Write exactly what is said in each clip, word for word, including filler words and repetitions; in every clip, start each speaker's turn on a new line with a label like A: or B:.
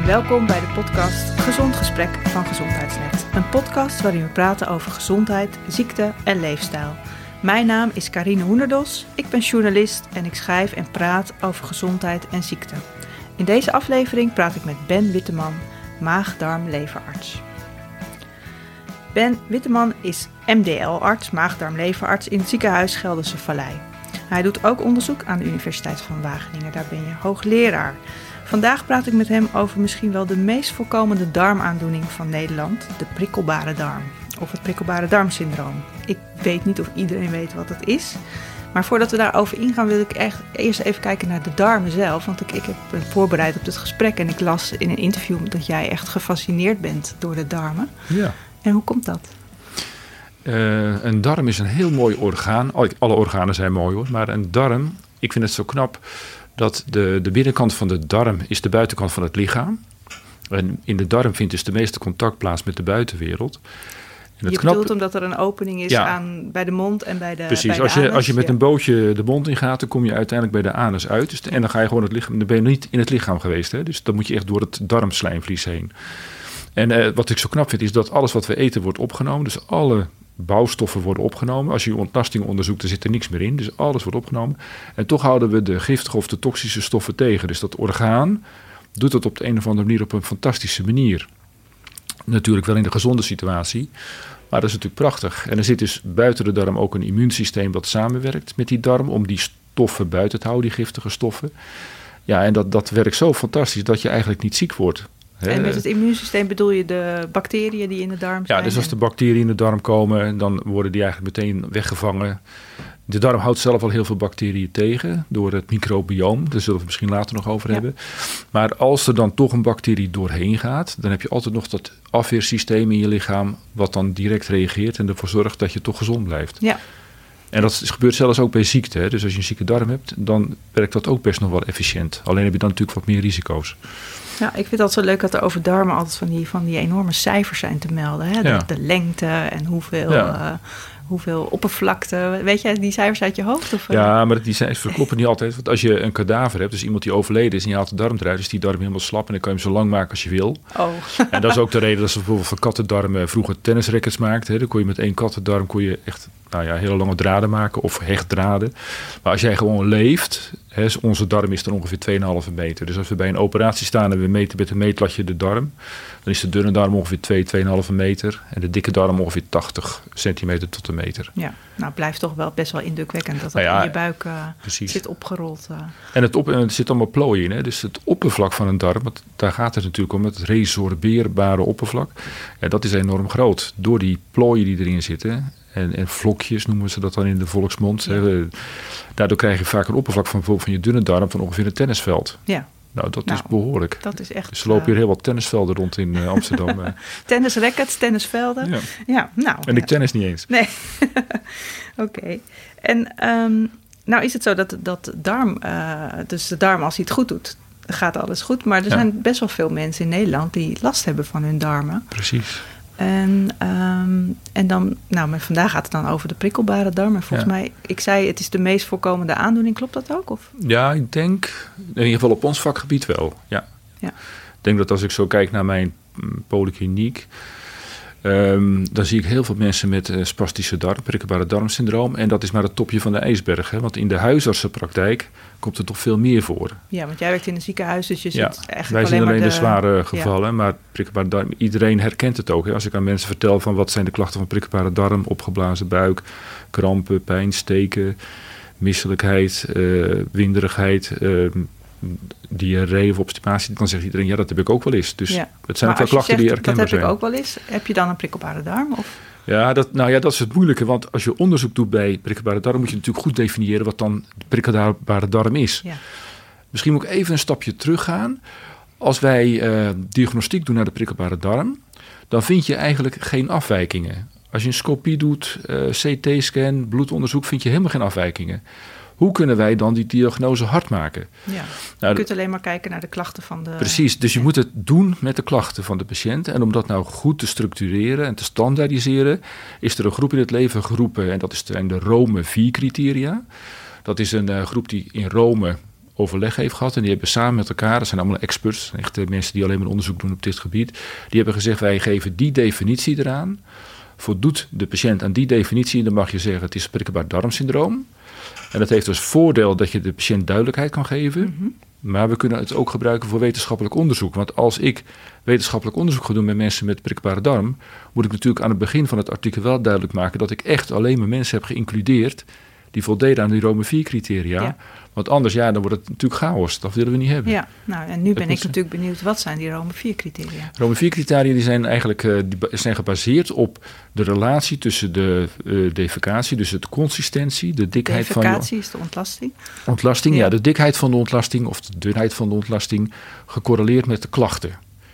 A: Welkom bij de podcast Gezond Gesprek van Gezondheidsnet. Een podcast waarin we praten over gezondheid, ziekte en leefstijl. Mijn naam is Carine Hoenderdos, ik ben journalist en ik schrijf en praat over gezondheid en ziekte. In deze aflevering praat ik met Ben Witteman, maag-darm-leverarts. Ben Witteman is M D L-arts, maag-darm-leverarts in het ziekenhuis Gelderse Vallei. Hij doet ook onderzoek aan de Universiteit van Wageningen, daar ben je hoogleraar. Vandaag praat ik met hem over misschien wel de meest voorkomende darmaandoening van Nederland, de prikkelbare darm, of het prikkelbare darmsyndroom. Ik weet niet of iedereen weet wat het is, maar voordat we daarover ingaan wil ik echt eerst even kijken naar de darmen zelf, want ik, ik heb me voorbereid op dit gesprek en ik las in een interview dat jij echt gefascineerd bent door de darmen.
B: Ja.
A: En hoe komt dat?
B: Uh, een darm is een heel mooi orgaan. Alle organen zijn mooi hoor, maar een darm, ik vind het zo knap dat de, de binnenkant van de darm is de buitenkant van het lichaam. En in de darm vindt dus de meeste contact plaats met de buitenwereld. En het
A: je
B: knap...
A: bedoelt omdat er een opening is
B: ja.
A: aan, bij de mond en bij de
B: Precies,
A: bij de
B: als, je,
A: anus.
B: als je met
A: ja.
B: een bootje de mond ingaat, dan kom je uiteindelijk bij de anus uit. Dus, en dan ga je gewoon het lichaam, dan ben je niet in het lichaam geweest. Hè? Dus dan moet je echt door het darmslijmvlies heen. En uh, wat ik zo knap vind, is dat alles wat we eten wordt opgenomen. Dus alle bouwstoffen worden opgenomen. Als je ontlasting onderzoekt, dan zit er niks meer in. Dus alles wordt opgenomen. En toch houden we de giftige of de toxische stoffen tegen. Dus dat orgaan doet dat op de een of andere manier op een fantastische manier. Natuurlijk wel in de gezonde situatie. Maar dat is natuurlijk prachtig. En er zit dus buiten de darm ook een immuunsysteem dat samenwerkt met die darm om die stoffen buiten te houden, die giftige stoffen. Ja, en dat, dat werkt zo fantastisch dat je eigenlijk niet ziek wordt.
A: En met het immuunsysteem bedoel je de bacteriën die in de darm zijn?
B: Ja, dus als de bacteriën in de darm komen, dan worden die eigenlijk meteen weggevangen. De darm houdt zelf al heel veel bacteriën tegen door het microbioom. Daar zullen we het misschien later nog over ja. hebben. Maar als er dan toch een bacterie doorheen gaat, dan heb je altijd nog dat afweersysteem in je lichaam wat dan direct reageert en ervoor zorgt dat je toch gezond blijft.
A: Ja.
B: En dat gebeurt zelfs ook bij ziekte. Hè? Dus als je een zieke darm hebt, dan werkt dat ook best nog wel efficiënt. Alleen heb je dan natuurlijk wat meer risico's.
A: Ja, ik vind dat zo leuk dat er over darmen altijd van die, van die enorme cijfers zijn te melden. Hè? De,
B: ja.
A: de lengte en hoeveel, ja. uh, hoeveel oppervlakte. Weet jij die cijfers uit je hoofd? Of,
B: ja, maar die cijfers verkloppen niet altijd. Want als je een kadaver hebt, dus iemand die overleden is en je haalt de darm eruit, is die darm helemaal slap en dan kan je hem zo lang maken als je wil.
A: Oh.
B: En dat is ook de reden dat ze bijvoorbeeld van kattendarmen vroeger tennisrackets maakten. Hè? Dan kon je met één kattendarm kon je echt nou ja, hele lange draden maken of hechtdraden. Maar als jij gewoon leeft, hè, onze darm is dan ongeveer twee komma vijf meter. Dus als we bij een operatie staan en we meten met een meetlatje de darm, dan is de dunne darm ongeveer twee, twee komma vijf meter en de dikke darm ongeveer tachtig centimeter tot een meter.
A: Ja, nou blijft toch wel best wel indrukwekkend dat dat
B: nou ja,
A: in je buik uh, zit opgerold. Uh.
B: En het op, en er zit allemaal plooien in. Hè? Dus het oppervlak van een darm, want daar gaat het natuurlijk om, het resorbeerbare oppervlak. En dat is enorm groot door die plooien die erin zitten. En, en vlokjes noemen ze dat dan in de volksmond. Ja. Hè. Daardoor krijg je vaak een oppervlak van bijvoorbeeld van je dunne darm van ongeveer een tennisveld.
A: Ja.
B: Nou, dat
A: nou,
B: is behoorlijk.
A: Dat is echt.
B: Dus er lopen hier heel wat tennisvelden rond in uh, Amsterdam.
A: Tennisrackets, tennisvelden.
B: Ja.
A: ja, nou.
B: En ik tennis niet eens.
A: Nee. Oké. Okay. En um, nou is het zo dat, dat darm, uh, dus de darm als hij het goed doet, gaat alles goed. Maar er ja. zijn best wel veel mensen in Nederland die last hebben van hun darmen.
B: Precies.
A: En, um, en dan, nou, maar vandaag gaat het dan over de prikkelbare darm. En volgens ja. mij, ik zei, het is de meest voorkomende aandoening. Klopt dat ook? Of?
B: Ja, ik denk, in ieder geval op ons vakgebied wel. Ja.
A: Ja.
B: Ik denk dat als ik zo kijk naar mijn polykliniek, Um, dan zie ik heel veel mensen met uh, spastische darm, prikkelbare darmsyndroom. En dat is maar het topje van de ijsberg. Hè? Want in de huisartsenpraktijk komt er toch veel meer voor.
A: Ja, want jij werkt in een ziekenhuis, dus je
B: ja,
A: zit eigenlijk
B: wij zien
A: alleen,
B: alleen
A: maar
B: de, de zware gevallen.
A: Ja.
B: Maar prikkelbare darm, iedereen herkent het ook. Hè? Als ik aan mensen vertel van wat zijn de klachten van prikkelbare darm, opgeblazen buik, krampen, pijn, steken, misselijkheid, uh, winderigheid, uh, diarree of obstipatie, dan zegt iedereen, ja, dat heb ik ook wel eens. Dus
A: ja.
B: het zijn
A: maar
B: ook wel klachten
A: zegt,
B: die herkenbaar zijn.
A: Dat heb ik ook wel eens. Heb je dan een prikkelbare darm? Of?
B: Ja, dat, nou ja, dat is het moeilijke. Want als je onderzoek doet bij prikkelbare darm, moet je natuurlijk goed definiëren wat dan de prikkelbare darm is.
A: Ja.
B: Misschien moet ik even een stapje teruggaan. Als wij uh, diagnostiek doen naar de prikkelbare darm, dan vind je eigenlijk geen afwijkingen. Als je een scopie doet, uh, C T-scan, bloedonderzoek, vind je helemaal geen afwijkingen. Hoe kunnen wij dan die diagnose hard maken?
A: Ja, je
B: nou,
A: kunt alleen maar kijken naar de klachten van de...
B: Precies, dus je
A: ja.
B: moet het doen met de klachten van de patiënt. En om dat nou goed te structureren en te standaardiseren, is er een groep in het leven geroepen. En dat zijn de Rome vier criteria. Dat is een uh, groep die in Rome overleg heeft gehad. En die hebben samen met elkaar, dat zijn allemaal experts, echt uh, mensen die alleen maar onderzoek doen op dit gebied. Die hebben gezegd, wij geven die definitie eraan. Voldoet de patiënt aan die definitie, dan mag je zeggen, het is prikkelbaar darmsyndroom. En dat heeft als voordeel dat je de patiënt duidelijkheid kan geven. Mm-hmm. Maar we kunnen het ook gebruiken voor wetenschappelijk onderzoek. Want als ik wetenschappelijk onderzoek ga doen met mensen met prikkelbare darm, moet ik natuurlijk aan het begin van het artikel wel duidelijk maken dat ik echt alleen maar mensen heb geïncludeerd die voldeden aan die Rome vier criteria. Ja. Want anders, ja, dan wordt het natuurlijk chaos. Dat willen we niet hebben.
A: Ja, nou, en nu ben ik natuurlijk benieuwd, wat zijn die Rome vier criteria?
B: Rome vier criteria die zijn eigenlijk uh, die zijn gebaseerd op de relatie tussen de uh, defecatie, dus de consistentie, de dikheid van...
A: Defecatie is de ontlasting.
B: Ontlasting, ja. ja, de dikheid van de ontlasting of de dunheid van de ontlasting gecorreleerd met de klachten.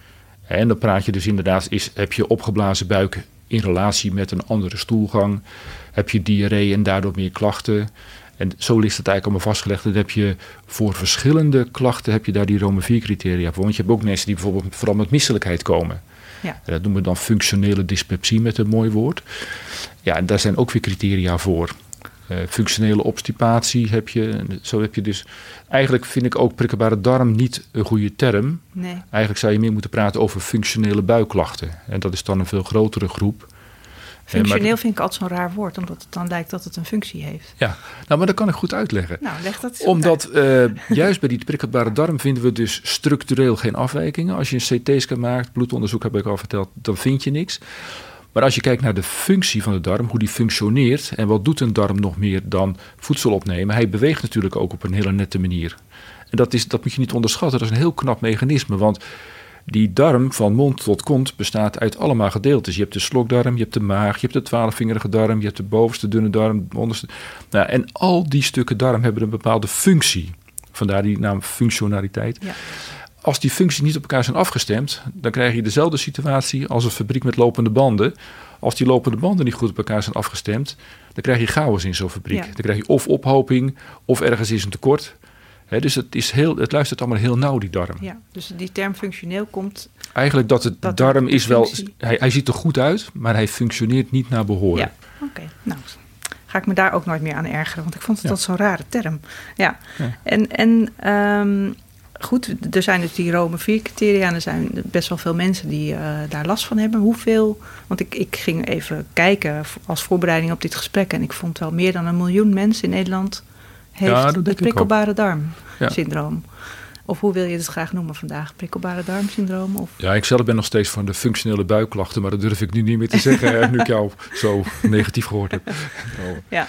B: En dan praat je dus inderdaad, is, heb je opgeblazen buik in relatie met een andere stoelgang? Heb je diarree en daardoor meer klachten? En zo ligt het eigenlijk allemaal vastgelegd. Dan heb je voor verschillende klachten heb je daar die Rome vier criteria voor. Want je hebt ook mensen die bijvoorbeeld vooral met misselijkheid komen. Ja. Dat noemen we dan functionele dyspepsie met een mooi woord. Ja, en daar zijn ook weer criteria voor. Uh, functionele obstipatie heb je. Zo heb je dus. Eigenlijk vind ik ook prikkelbare darm niet een goede term.
A: Nee.
B: Eigenlijk zou je meer moeten praten over functionele buikklachten. En dat is dan een veel grotere groep.
A: Functioneel maar, vind ik altijd zo'n raar woord, omdat het dan lijkt dat het een functie heeft.
B: Ja, nou, maar dat kan ik goed uitleggen.
A: Nou, leg dat eens
B: Omdat uh, juist bij die prikkelbare darm vinden we dus structureel geen afwijkingen. Als je een C T-scan maakt, bloedonderzoek heb ik al verteld, dan vind je niks. Maar als je kijkt naar de functie van de darm, hoe die functioneert en wat doet een darm nog meer dan voedsel opnemen. Hij beweegt natuurlijk ook op een hele nette manier. En dat, is, dat moet je niet onderschatten, dat is een heel knap mechanisme, want die darm van mond tot kont bestaat uit allemaal gedeeltes. Je hebt de slokdarm, je hebt de maag, je hebt de twaalfvingerige darm, je hebt de bovenste dunne darm, de onderste. Nou, en al die stukken darm hebben een bepaalde functie. Vandaar die naam functionaliteit. Ja. Als die functies niet op elkaar zijn afgestemd, dan krijg je dezelfde situatie als een fabriek met lopende banden. Als die lopende banden niet goed op elkaar zijn afgestemd, dan krijg je chaos in zo'n fabriek. Ja. Dan krijg je of ophoping, of ergens is een tekort. He, dus het, is heel, het luistert allemaal heel nauw, die darm.
A: Ja, dus die term functioneel komt...
B: Eigenlijk dat het dat darm is wel... Hij, hij ziet er goed uit, maar hij functioneert niet naar behoren.
A: Ja, oké. Okay. Nou, ga ik me daar ook nooit meer aan ergeren, want ik vond het ja. dat zo'n rare term. Ja, ja. en... en um, goed, er zijn dus die Rome vier criteria en er zijn best wel veel mensen die uh, daar last van hebben. Hoeveel? Want ik, ik ging even kijken als voorbereiding op dit gesprek en ik vond wel meer dan een miljoen mensen in Nederland heeft ja, het prikkelbare darmsyndroom. Ja. Of hoe wil je het graag noemen vandaag? Prikkelbare darmsyndroom? Of?
B: Ja, ik zelf ben nog steeds van de functionele buikklachten, maar dat durf ik nu niet meer te zeggen, nu ik jou zo negatief gehoord heb. Oh. Ja.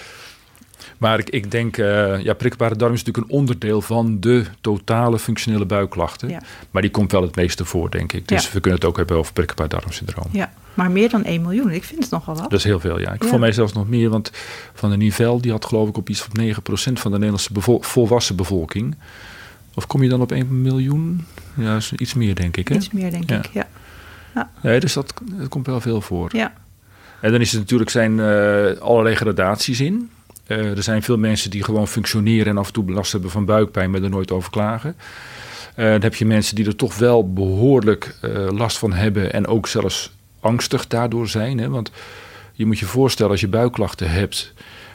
B: Maar ik, ik denk, uh, ja, prikkelbare darm is natuurlijk een onderdeel van de totale functionele buikklachten. Ja. Maar die komt wel het meeste voor, denk ik. Dus ja. we kunnen het ook hebben over prikkelbaar darmsyndroom.
A: Ja, maar meer dan één miljoen. Ik vind het nogal wat.
B: Dat is heel veel, ja. Ik ja. vond mij zelfs nog meer, want Van der Nivel, die had geloof ik op iets van negen procent van de Nederlandse bevol- volwassen bevolking. Of kom je dan op één miljoen? Ja, iets meer, denk ik. Hè?
A: Iets meer, denk ja. ik, ja. ja.
B: Nee, dus dat, dat komt wel veel voor.
A: Ja.
B: En dan is er natuurlijk zijn uh, allerlei gradaties in. Uh, er zijn veel mensen die gewoon functioneren en af en toe last hebben van buikpijn, maar er nooit over klagen. Uh, dan heb je mensen die er toch wel behoorlijk uh, last van hebben en ook zelfs angstig daardoor zijn. Hè? Want je moet je voorstellen, als je buikklachten hebt,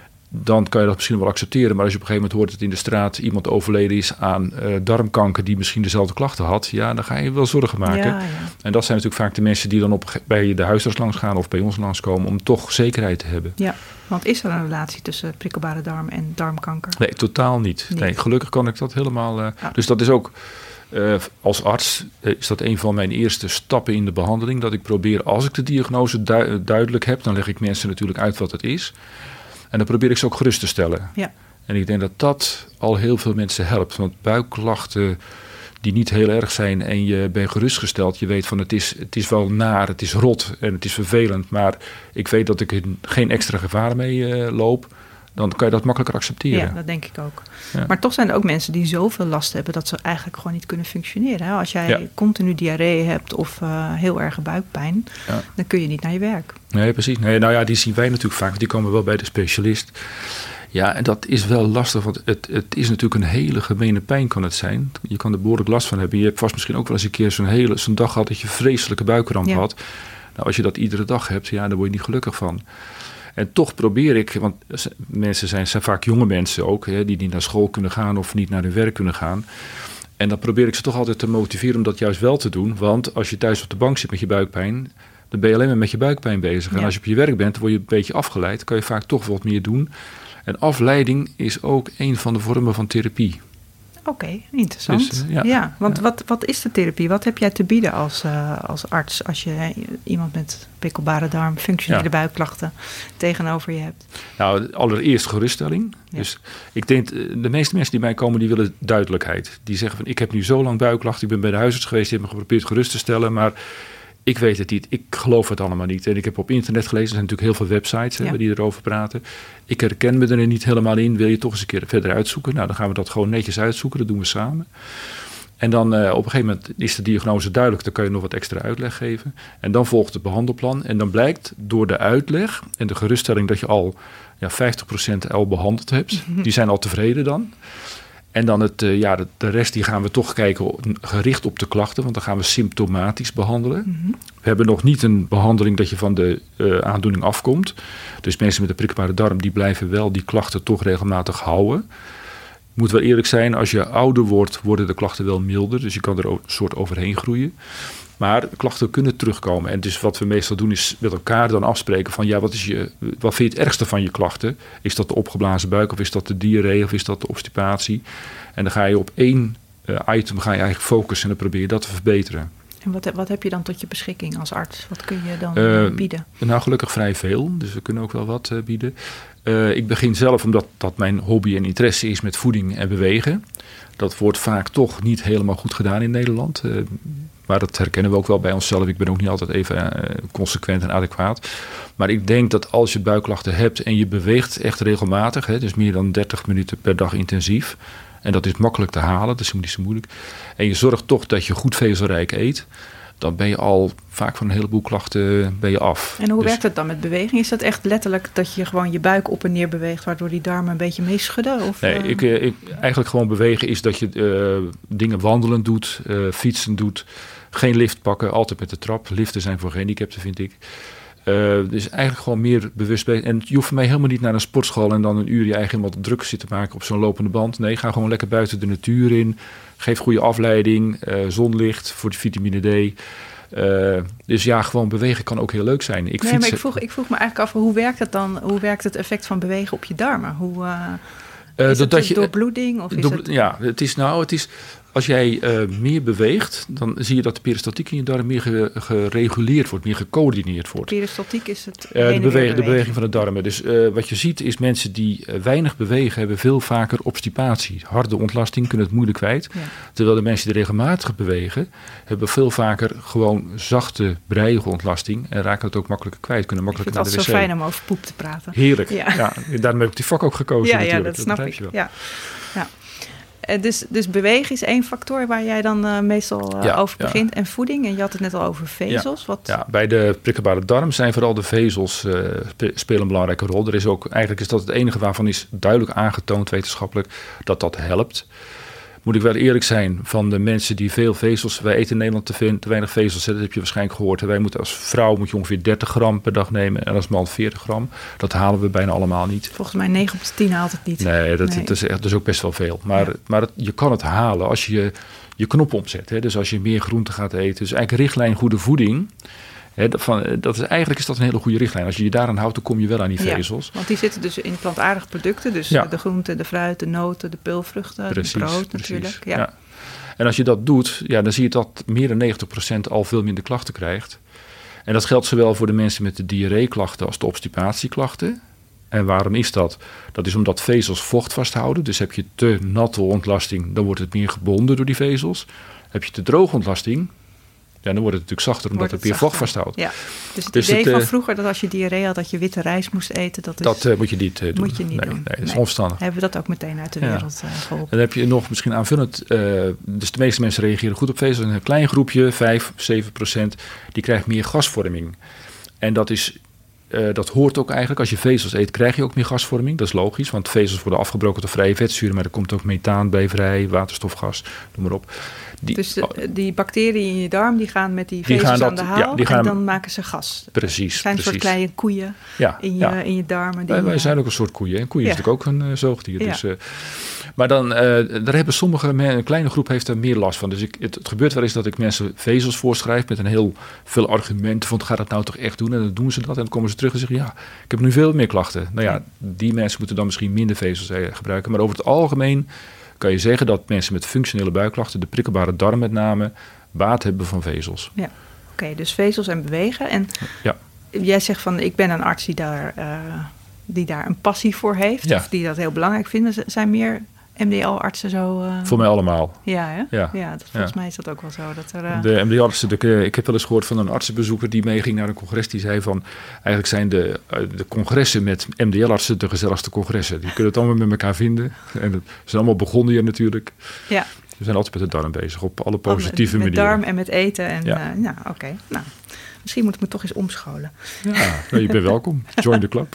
B: dan kan je dat misschien wel accepteren. Maar als je op een gegeven moment hoort dat in de straat iemand overleden is aan uh, darmkanker die misschien dezelfde klachten had, ja, dan ga je wel zorgen maken. Ja, ja. En dat zijn natuurlijk vaak de mensen die dan op, bij de huisarts langs gaan of bij ons langskomen om toch zekerheid te hebben.
A: Ja, want is er een relatie tussen prikkelbare darm en darmkanker?
B: Nee, totaal niet. Nee. Nee, gelukkig kan ik dat helemaal... Uh, ja. Dus dat is ook... Uh, als arts uh, is dat een van mijn eerste stappen in de behandeling. Dat ik probeer, als ik de diagnose du- duidelijk heb, dan leg ik mensen natuurlijk uit wat het is. En dan probeer ik ze ook gerust te stellen. Ja. En ik denk dat dat al heel veel mensen helpt. Want buikklachten die niet heel erg zijn en je bent gerustgesteld. Je weet van het is, het is wel naar, het is rot en het is vervelend. Maar ik weet dat ik er geen extra gevaar mee uh, loop. Dan kan je dat makkelijker accepteren.
A: Ja, dat denk ik ook. Ja. Maar toch zijn er ook mensen die zoveel last hebben dat ze eigenlijk gewoon niet kunnen functioneren. Hè? Als jij ja. continu diarree hebt of uh, heel erge buikpijn, ja. dan kun je niet naar je werk.
B: Nee, precies. Nee, nou ja, die zien wij natuurlijk vaak, want die komen wel bij de specialist. Ja, en dat is wel lastig, want het, het is natuurlijk een hele gemene pijn kan het zijn. Je kan er behoorlijk last van hebben. Je hebt vast misschien ook wel eens een keer zo'n hele zo'n dag gehad dat je vreselijke buikkramp ja. had. Nou, als je dat iedere dag hebt, ja, dan word je niet gelukkig van. En toch probeer ik, want mensen zijn, zijn vaak jonge mensen ook, hè, die niet naar school kunnen gaan of niet naar hun werk kunnen gaan. En dan probeer ik ze toch altijd te motiveren om dat juist wel te doen. Want als je thuis op de bank zit met je buikpijn, dan ben je alleen maar met je buikpijn bezig. Ja. En als je op je werk bent, dan word je een beetje afgeleid. Kan je vaak toch wat meer doen. En afleiding is ook een van de vormen van therapie.
A: Oké, okay, interessant. Dus, uh, ja, ja, want ja. Wat, wat is de therapie? Wat heb jij te bieden als, uh, als arts als je iemand met prikkelbare darm, functionele ja. buikklachten tegenover je hebt? Nou,
B: allereerst geruststelling. Ja. Dus ik denk, de meeste mensen die bij mij komen, die willen duidelijkheid. Die zeggen van, ik heb nu zo lang buikklachten, ik ben bij de huisarts geweest, die hebben me geprobeerd gerust te stellen, maar ik weet het niet. Ik geloof het allemaal niet. En ik heb op internet gelezen, er zijn natuurlijk heel veel websites hè, ja. die erover praten. Ik herken me er niet helemaal in. Wil je toch eens een keer verder uitzoeken? Nou, dan gaan we dat gewoon netjes uitzoeken. Dat doen we samen. En dan uh, op een gegeven moment is de diagnose duidelijk. Dan kan je nog wat extra uitleg geven. En dan volgt het behandelplan. En dan blijkt door de uitleg en de geruststelling dat je al ja, vijftig procent al behandeld hebt. Mm-hmm. Die zijn al tevreden dan. En dan het, uh, ja, de, de rest die gaan we toch kijken gericht op de klachten. Want dan gaan we symptomatisch behandelen. Mm-hmm. We hebben nog niet een behandeling dat je van de uh, aandoening afkomt. Dus mensen met een prikkelbare darm, die blijven wel die klachten toch regelmatig houden. Ik moet wel eerlijk zijn, als je ouder wordt, worden de klachten wel milder. Dus je kan er een soort overheen groeien. Maar klachten kunnen terugkomen. En dus wat we meestal doen is met elkaar dan afspreken van, ja, wat is je, wat vind je het ergste van je klachten? Is dat de opgeblazen buik of is dat de diarree of is dat de obstipatie? En dan ga je op één uh, item ga je eigenlijk focussen en dan probeer je dat te verbeteren.
A: En wat, wat heb je dan tot je beschikking als arts? Wat kun je dan uh, bieden?
B: Nou, gelukkig vrij veel. Dus we kunnen ook wel wat uh, bieden. Uh, ik begin zelf, omdat dat mijn hobby en interesse is met voeding en bewegen. Dat wordt vaak toch niet helemaal goed gedaan in Nederland. Uh, maar dat herkennen we ook wel bij onszelf. Ik ben ook niet altijd even uh, consequent en adequaat. Maar ik denk dat als je buikklachten hebt en je beweegt echt regelmatig, hè, dus meer dan dertig minuten per dag intensief. En dat is makkelijk te halen, dat is niet zo moeilijk. En je zorgt toch dat je goed vezelrijk eet. Dan ben je al vaak van een heleboel klachten ben je af.
A: En hoe
B: dus,
A: werkt het dan met beweging? Is dat echt letterlijk dat je gewoon je buik op en neer beweegt, waardoor die darmen een beetje meeschudden? Of,
B: nee, uh... ik, ik, eigenlijk gewoon bewegen is dat je uh, dingen wandelen doet, uh, fietsen doet. Geen lift pakken, altijd met de trap. Liften zijn voor gehandicapten, vind ik. Uh, dus eigenlijk gewoon meer bewust bezig. En je hoeft voor mij helemaal niet naar een sportschool en dan een uur je eigen helemaal druk zitten maken op zo'n lopende band. Nee, ga gewoon lekker buiten de natuur in. Geef goede afleiding, uh, zonlicht voor de vitamine D. Uh, dus ja, gewoon bewegen kan ook heel leuk zijn. Ik,
A: nee,
B: fiets...
A: maar ik, vroeg, ik vroeg me eigenlijk af, hoe werkt het dan? Hoe werkt het effect van bewegen op je darmen? Hoe, uh, is uh, het dat je, doorbloeding? Of is
B: door,
A: het...
B: Ja, het is nou, het is... Als jij uh, meer beweegt, dan zie je dat de peristaltiek in je darm meer ge- gereguleerd wordt, meer gecoördineerd wordt.
A: Peristaltiek is het
B: uh, de, beweging, de beweging van de darmen. Dus uh, wat je ziet is mensen die uh, weinig bewegen, hebben veel vaker obstipatie. Harde ontlasting, kunnen het moeilijk kwijt. Ja. Terwijl de mensen die regelmatig bewegen, hebben veel vaker gewoon zachte, breiige ontlasting en raken het ook makkelijker kwijt, kunnen makkelijker naar de wc.
A: Het is zo fijn om over poep te praten.
B: Heerlijk. Ja. Ja, daarom heb ik die vak ook gekozen.
A: Ja,
B: natuurlijk.
A: Ja, dat snap
B: dat
A: ik. Je wel. Ja. Ja. Dus, dus bewegen is één factor waar jij dan uh, meestal uh, ja, over begint. Ja. En voeding, en je had het net al over vezels.
B: Ja,
A: Wat...
B: ja bij de prikkelbare darm zijn vooral de vezels uh, spelen een belangrijke rol. Er is ook, eigenlijk is dat het enige waarvan is duidelijk aangetoond wetenschappelijk dat dat helpt. Moet ik wel eerlijk zijn, van de mensen die veel vezels... Wij eten in Nederland te, veel, te weinig vezels, dat heb je waarschijnlijk gehoord. Wij moeten als vrouw moet je ongeveer dertig gram per dag nemen en als man veertig gram. Dat halen we bijna allemaal niet.
A: Volgens mij negen op de tien haalt het niet.
B: Nee, dat, nee. dat, is, echt, dat is ook best wel veel. Maar, ja. maar het, je kan het halen als je je knop omzet. Hè? Dus als je meer groente gaat eten. Dus eigenlijk richtlijn goede voeding... He, dat, van, dat is, eigenlijk is dat een hele goede richtlijn. Als je je daaraan houdt, dan kom je wel aan die vezels.
A: Ja, want die zitten dus in plantaardige producten. Dus ja. de groenten, de fruit, de noten, de peulvruchten, precies, het brood precies. natuurlijk. Ja. Ja.
B: En als je dat doet, ja, dan zie je dat meer dan negentig procent al veel minder klachten krijgt. En dat geldt zowel voor de mensen met de diarreeklachten als de obstipatieklachten. En waarom is dat? Dat is omdat vezels vocht vasthouden. Dus heb je te natte ontlasting, dan wordt het meer gebonden door die vezels. Heb je te droge ontlasting... Ja, dan wordt het natuurlijk zachter omdat het, het weer vocht vasthoudt.
A: Ja. Dus het dus idee het, van vroeger dat als je diarree had dat je witte rijst moest eten. Dat, is,
B: dat uh, moet je niet uh, doen.
A: Moet je niet
B: nee,
A: doen.
B: Nee, dat is
A: nee.
B: onverstandig.
A: Hebben we dat ook meteen uit de wereld ja. uh, geholpen.
B: En dan heb je nog misschien aanvullend. Uh, dus de meeste mensen reageren goed op vezels. Een klein groepje, vijf, zeven procent, die krijgt meer gasvorming. En dat is uh, dat hoort ook eigenlijk. Als je vezels eet, krijg je ook meer gasvorming. Dat is logisch, want vezels worden afgebroken tot vrije vetzuren. Maar er komt ook methaan bij vrij, waterstofgas, noem maar op.
A: Die, dus de, die bacteriën in je darm, die gaan met die vezels
B: die
A: aan
B: dat,
A: de haal
B: ja, die gaan,
A: en dan maken ze gas.
B: Precies.
A: Het zijn
B: precies.
A: een soort kleine koeien
B: ja,
A: in, je,
B: ja.
A: in je darmen. Die,
B: wij, wij zijn ook een soort koeien. En koeien ja. is natuurlijk ook een uh, zoogdier.
A: Ja.
B: Dus, uh, maar dan, uh, daar hebben sommige mensen, een kleine groep heeft er meer last van. Dus ik, het, het gebeurt wel eens dat ik mensen vezels voorschrijf met een heel veel argumenten van, ga dat nou toch echt doen? En dan doen ze dat en dan komen ze terug en zeggen, ja, ik heb nu veel meer klachten. Nou ja, die mensen moeten dan misschien minder vezels gebruiken. Maar over het algemeen kan je zeggen dat mensen met functionele buikklachten, de prikkelbare darm met name, baat hebben van vezels.
A: Ja, oké, okay, dus vezels en bewegen. En
B: ja.
A: jij zegt van, ik ben een arts die daar, uh, die daar een passie voor heeft, ja. of die dat heel belangrijk vinden. Zijn meer M D L-artsen zo? Uh...
B: Voor mij allemaal.
A: Ja, hè?
B: Ja.
A: ja dat, volgens
B: ja.
A: mij is dat ook wel zo. Dat er, uh...
B: De M D L-artsen, de, ik heb wel eens gehoord van een artsenbezoeker die meeging naar een congres. Die zei van, eigenlijk zijn de, de congressen met M D L-artsen de gezelligste congressen. Die kunnen het allemaal met elkaar vinden. En het zijn allemaal begonnen hier natuurlijk.
A: Ja.
B: We zijn altijd met de darm bezig, op alle positieve
A: oh, met,
B: manieren.
A: Met darm en met eten. En,
B: ja.
A: uh, nou, oké. Okay. Nou, misschien moet ik me toch eens omscholen.
B: Ja, nou, je bent welkom. Join the club.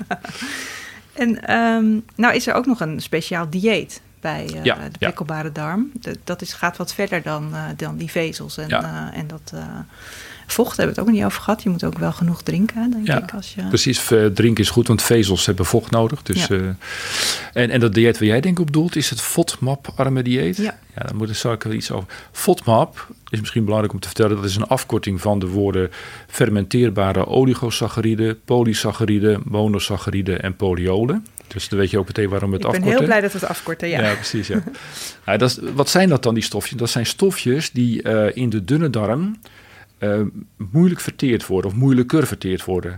A: En um, nou is er ook nog een speciaal dieet bij uh,
B: ja,
A: de prikkelbare ja. darm. De, dat is, gaat wat verder dan, uh, dan die vezels. En, ja. uh, en dat uh, vocht hebben we het ook niet over gehad. Je moet ook wel genoeg drinken, denk
B: ja,
A: ik. Als je...
B: precies. Uh, drinken is goed, want vezels hebben vocht nodig. Dus, ja. uh, en, en dat dieet waar jij denk ik op doelt, is het FODMAP-arme dieet.
A: Ja.
B: Ja, daar moet, zal ik wel iets over. FODMAP is misschien belangrijk om te vertellen. Dat is een afkorting van de woorden fermenteerbare oligosacchariden, polysacchariden, monosacchariden en polyolen. Dus dan weet je ook meteen waarom we het afkorten.
A: Ik ben heel blij dat we het afkorten, ja.
B: Ja, precies, ja. nou, dat is, wat zijn dat dan, die stofjes? Dat zijn stofjes die uh, in de dunne darm uh, moeilijk verteerd worden of moeilijker verteerd worden.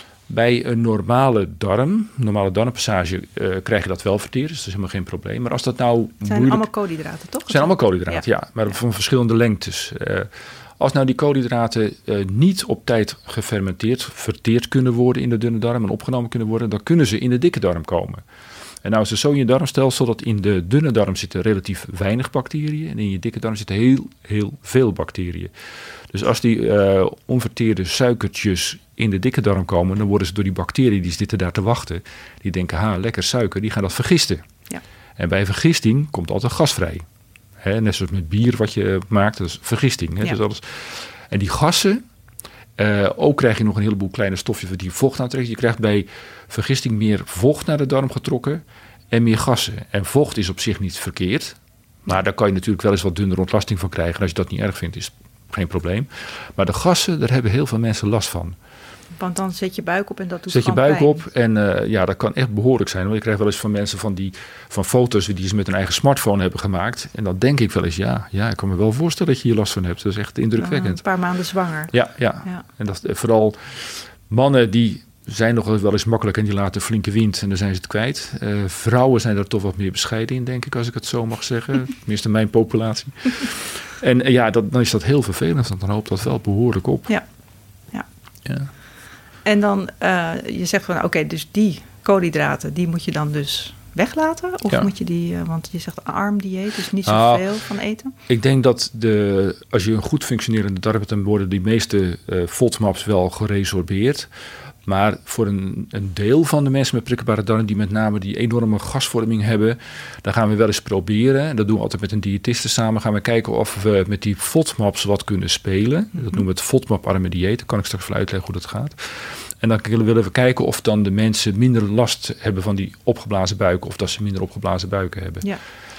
B: Bij een normale darm, normale darmpassage, uh, krijg je dat wel verteerd. Dus dat is helemaal geen probleem. Maar als dat nou
A: Het zijn
B: moeilijk...
A: allemaal koolhydraten, toch?
B: Het zijn allemaal koolhydraten, ja. ja maar ja. van verschillende lengtes. Uh, Als nou die koolhydraten uh, niet op tijd gefermenteerd, verteerd kunnen worden in de dunne darm en opgenomen kunnen worden, dan kunnen ze in de dikke darm komen. En nou is het zo in je darmstelsel dat in de dunne darm zitten relatief weinig bacteriën en in je dikke darm zitten heel, heel veel bacteriën. Dus als die uh, onverteerde suikertjes in de dikke darm komen, dan worden ze door die bacteriën, die zitten daar te wachten, die denken, ha, lekker suiker, die gaan dat vergisten.
A: Ja.
B: En bij vergisting komt altijd gas vrij. He, net zoals met bier wat je maakt, dat is vergisting. He,
A: ja.
B: dus alles. En die gassen, uh, ook krijg je nog een heleboel kleine stofjes die vocht aantrekken. Je krijgt bij vergisting meer vocht naar de darm getrokken en meer gassen. En vocht is op zich niet verkeerd, maar daar kan je natuurlijk wel eens wat dunere ontlasting van krijgen. En als je dat niet erg vindt, is geen probleem. Maar de gassen, daar hebben heel veel mensen last van.
A: Want dan zet je buik op en dat doet
B: Zet je buik
A: pijn.
B: op en uh, ja, dat kan echt behoorlijk zijn. Want ik krijg wel eens van mensen van, die, van foto's die ze met hun eigen smartphone hebben gemaakt. En dan denk ik wel eens, ja, ja, ik kan me wel voorstellen dat je hier last van hebt. Dat is echt indrukwekkend.
A: Uh, een paar maanden zwanger.
B: Ja, ja. ja. En dat, vooral mannen die zijn nog wel eens makkelijk en die laten flinke wind en dan zijn ze het kwijt. Uh, vrouwen zijn er toch wat meer bescheiden in, denk ik, als ik het zo mag zeggen. Tenminste, mijn populatie. En uh, ja, dat, dan is dat heel vervelend, want dan hoopt dat wel behoorlijk op.
A: Ja, ja.
B: ja.
A: En dan, uh, je zegt van, oké, okay, dus die koolhydraten, die moet je dan dus weglaten? Of ja. moet je die, uh, want je zegt een arm dieet, dus niet zoveel ah, van eten?
B: Ik denk dat de, als je een goed functionerende darm hebt, dan worden die meeste uh, FODMAPs wel geresorbeerd. Maar voor een, een deel van de mensen met prikkelbare darm die met name die enorme gasvorming hebben, dan gaan we wel eens proberen. Dat doen we altijd met een diëtiste samen. Gaan we kijken of we met die FODMAPs wat kunnen spelen. Dat noemen we het FODMAP-arme dieet. Daar kan ik straks wel uitleggen hoe dat gaat. En dan willen we kijken of dan de mensen minder last hebben van die opgeblazen buiken of dat ze minder opgeblazen buiken hebben.
A: Ja.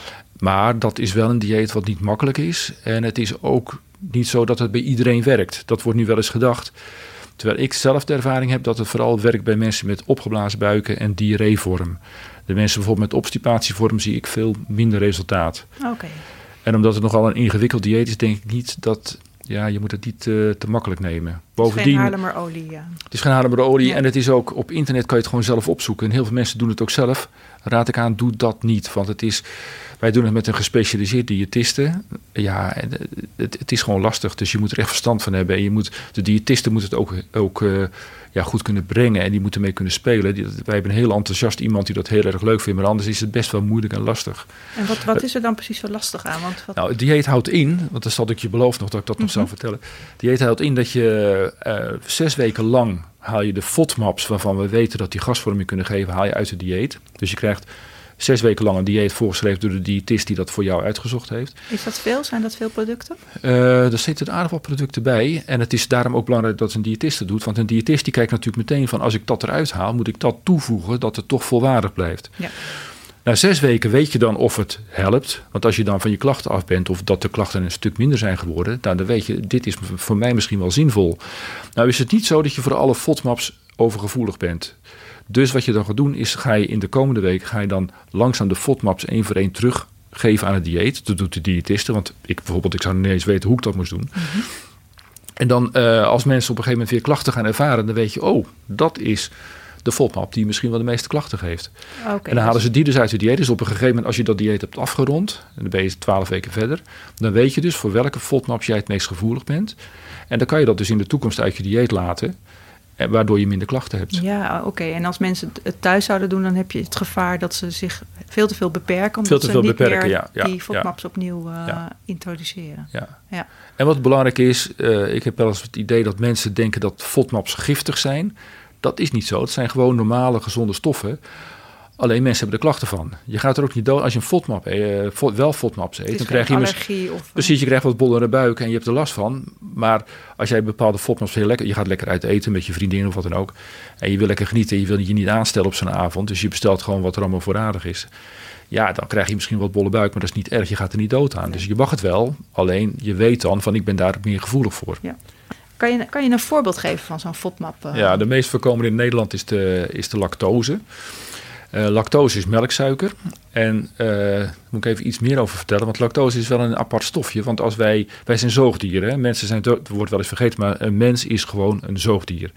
B: Maar dat is wel een dieet wat niet makkelijk is. En het is ook niet zo dat het bij iedereen werkt. Dat wordt nu wel eens gedacht. Terwijl ik zelf de ervaring heb dat het vooral werkt bij mensen met opgeblazen buiken en diarreevorm. De mensen bijvoorbeeld met obstipatievorm zie ik veel minder resultaat.
A: Okay.
B: En omdat het nogal een ingewikkeld dieet is, denk ik niet dat, ja, je moet het niet uh, te makkelijk nemen. Bovendien,
A: het is geen Haarlemmerolie, ja.
B: Het is geen Haarlemmerolie
A: ja.
B: en het is ook, op internet kan je het gewoon zelf opzoeken. En heel veel mensen doen het ook zelf. Raad ik aan, doe dat niet, want het is... Wij doen het met een gespecialiseerd diëtiste. Ja, het, het is gewoon lastig. Dus je moet er echt verstand van hebben. En je moet, de diëtiste moet het ook, ook uh, ja, goed kunnen brengen. En die moeten mee kunnen spelen. Die, wij hebben een heel enthousiast iemand die dat heel erg leuk vindt. Maar anders is het best wel moeilijk en lastig.
A: En wat, wat is er dan precies zo lastig aan? Want wat...
B: Nou, het dieet houdt in, want dat had ik je beloofd nog dat ik dat nog mm-hmm. zou vertellen. Het dieet houdt in dat je uh, zes weken lang haal je de FODMAPs, waarvan we weten dat die gasvorming kunnen geven, haal je uit het dieet. Dus je krijgt zes weken lang een dieet voorgeschreven door de diëtist die dat voor jou uitgezocht heeft.
A: Is dat veel? Zijn dat veel producten?
B: Uh, er zitten aardig wat producten bij. En het is daarom ook belangrijk dat een diëtist het doet. Want een diëtist die kijkt natuurlijk meteen van, als ik dat eruit haal, moet ik dat toevoegen dat het toch volwaardig blijft. Ja. Na zes weken weet je dan of het helpt. Want als je dan van je klachten af bent of dat de klachten een stuk minder zijn geworden, nou, dan weet je, dit is voor mij misschien wel zinvol. Nou is het niet zo dat je voor alle FODMAPs overgevoelig bent. Dus wat je dan gaat doen is, ga je in de komende week ga je dan langzaam de FODMAPs één voor één teruggeven aan het dieet. Dat doet de diëtiste, want ik bijvoorbeeld, ik zou niet eens weten hoe ik dat moest doen. Mm-hmm. En dan uh, als mensen op een gegeven moment weer klachten gaan ervaren, dan weet je, oh, dat is de FODMAP die misschien wel de meeste klachten geeft. Okay, en dan halen ze die dus uit de dieet. Dus op een gegeven moment, als je dat dieet hebt afgerond, en dan ben je twaalf weken verder, dan weet je dus voor welke FODMAPs jij het meest gevoelig bent. En dan kan je dat dus in de toekomst uit je dieet laten, waardoor je minder klachten hebt.
A: Ja, oké. Okay. En als mensen het thuis zouden doen, dan heb je het gevaar dat ze zich veel te veel beperken, omdat
B: veel te veel
A: ze niet
B: beperken,
A: meer
B: ja, ja,
A: die FODMAPs
B: ja.
A: opnieuw uh,
B: ja.
A: introduceren.
B: Ja.
A: Ja.
B: En wat belangrijk is, uh, ik heb wel eens het idee dat mensen denken dat FODMAPs giftig zijn. Dat is niet zo. Het zijn gewoon normale, gezonde stoffen. Alleen mensen hebben er klachten van. Je gaat er ook niet dood als je een FODMAP, eh, wel FODMAPs eet. Dan krijg je
A: allergie of
B: precies, je krijgt wat bollere buik en je hebt er last van. Maar als jij bepaalde FODMAPs heel lekker, je gaat lekker uit eten met je vriendin of wat dan ook, en je wil lekker genieten, je wil je niet aanstellen op zo'n avond, dus je bestelt gewoon wat er allemaal voor aardig is. Ja, dan krijg je misschien wat bolle buik, maar dat is niet erg. Je gaat er niet dood aan. Nee. Dus je mag het wel. Alleen je weet dan van, ik ben daar meer gevoelig voor.
A: Ja. Kan je, kan je een voorbeeld geven van zo'n FODMAP? Uh...
B: Ja, de meest voorkomende in Nederland is de, is de lactose. Uh, lactose is melksuiker. En uh, daar moet ik even iets meer over vertellen. Want lactose is wel een apart stofje. Want als wij, wij zijn zoogdieren. Hè? Mensen zijn, het wordt wel eens vergeten, maar een mens is gewoon een zoogdier.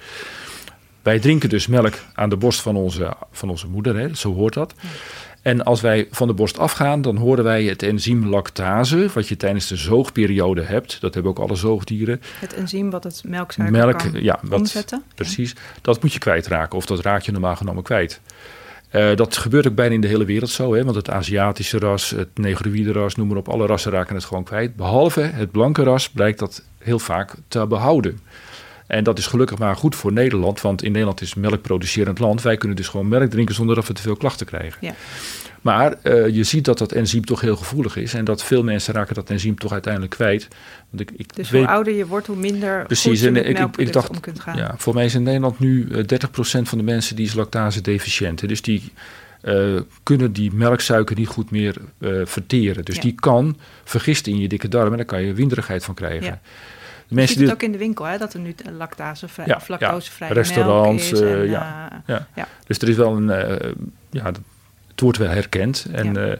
B: Wij drinken dus melk aan de borst van onze, van onze moeder. Hè? Zo hoort dat. Ja. En als wij van de borst afgaan, dan horen wij het enzym lactase, wat je tijdens de zoogperiode hebt. Dat hebben ook alle zoogdieren.
A: Het enzym wat het melksuiker
B: Melk,
A: kan
B: ja, wat,
A: omzetten.
B: Precies. Ja. Dat moet je kwijtraken, of dat raak je normaal genomen kwijt. Uh, dat gebeurt ook bijna in de hele wereld zo, hè? Want het Aziatische ras, het negroïde ras, noem maar op, alle rassen raken het gewoon kwijt. Behalve het blanke ras blijkt dat heel vaak te behouden. En dat is gelukkig maar goed voor Nederland, want in Nederland is melkproducerend land. Wij kunnen dus gewoon melk drinken zonder dat we te veel klachten krijgen. Ja. Maar uh, je ziet dat dat enzym toch heel gevoelig is en dat veel mensen raken dat enzym toch uiteindelijk kwijt. Want ik, ik
A: dus
B: weet,
A: hoe ouder je wordt, hoe minder
B: precies,
A: goed je met
B: ik,
A: melkproducten
B: ik dacht,
A: om kunt gaan.
B: Ja, voor mij is in Nederland nu uh, dertig procent van de mensen die is lactase deficiënt. Dus die uh, kunnen die melksuiker niet goed meer uh, verteren. Dus ja. die kan vergisten in je dikke darm en daar kan je winderigheid van krijgen. Ja.
A: Je ziet het die, ook in de winkel, hè, dat er nu lactasevrij ja, of lactosevrije
B: ja, restaurants,
A: melk is. En,
B: uh, ja, uh, ja. ja. Dus er is wel een, uh, ja, het wordt wel herkend. En ja. Uh,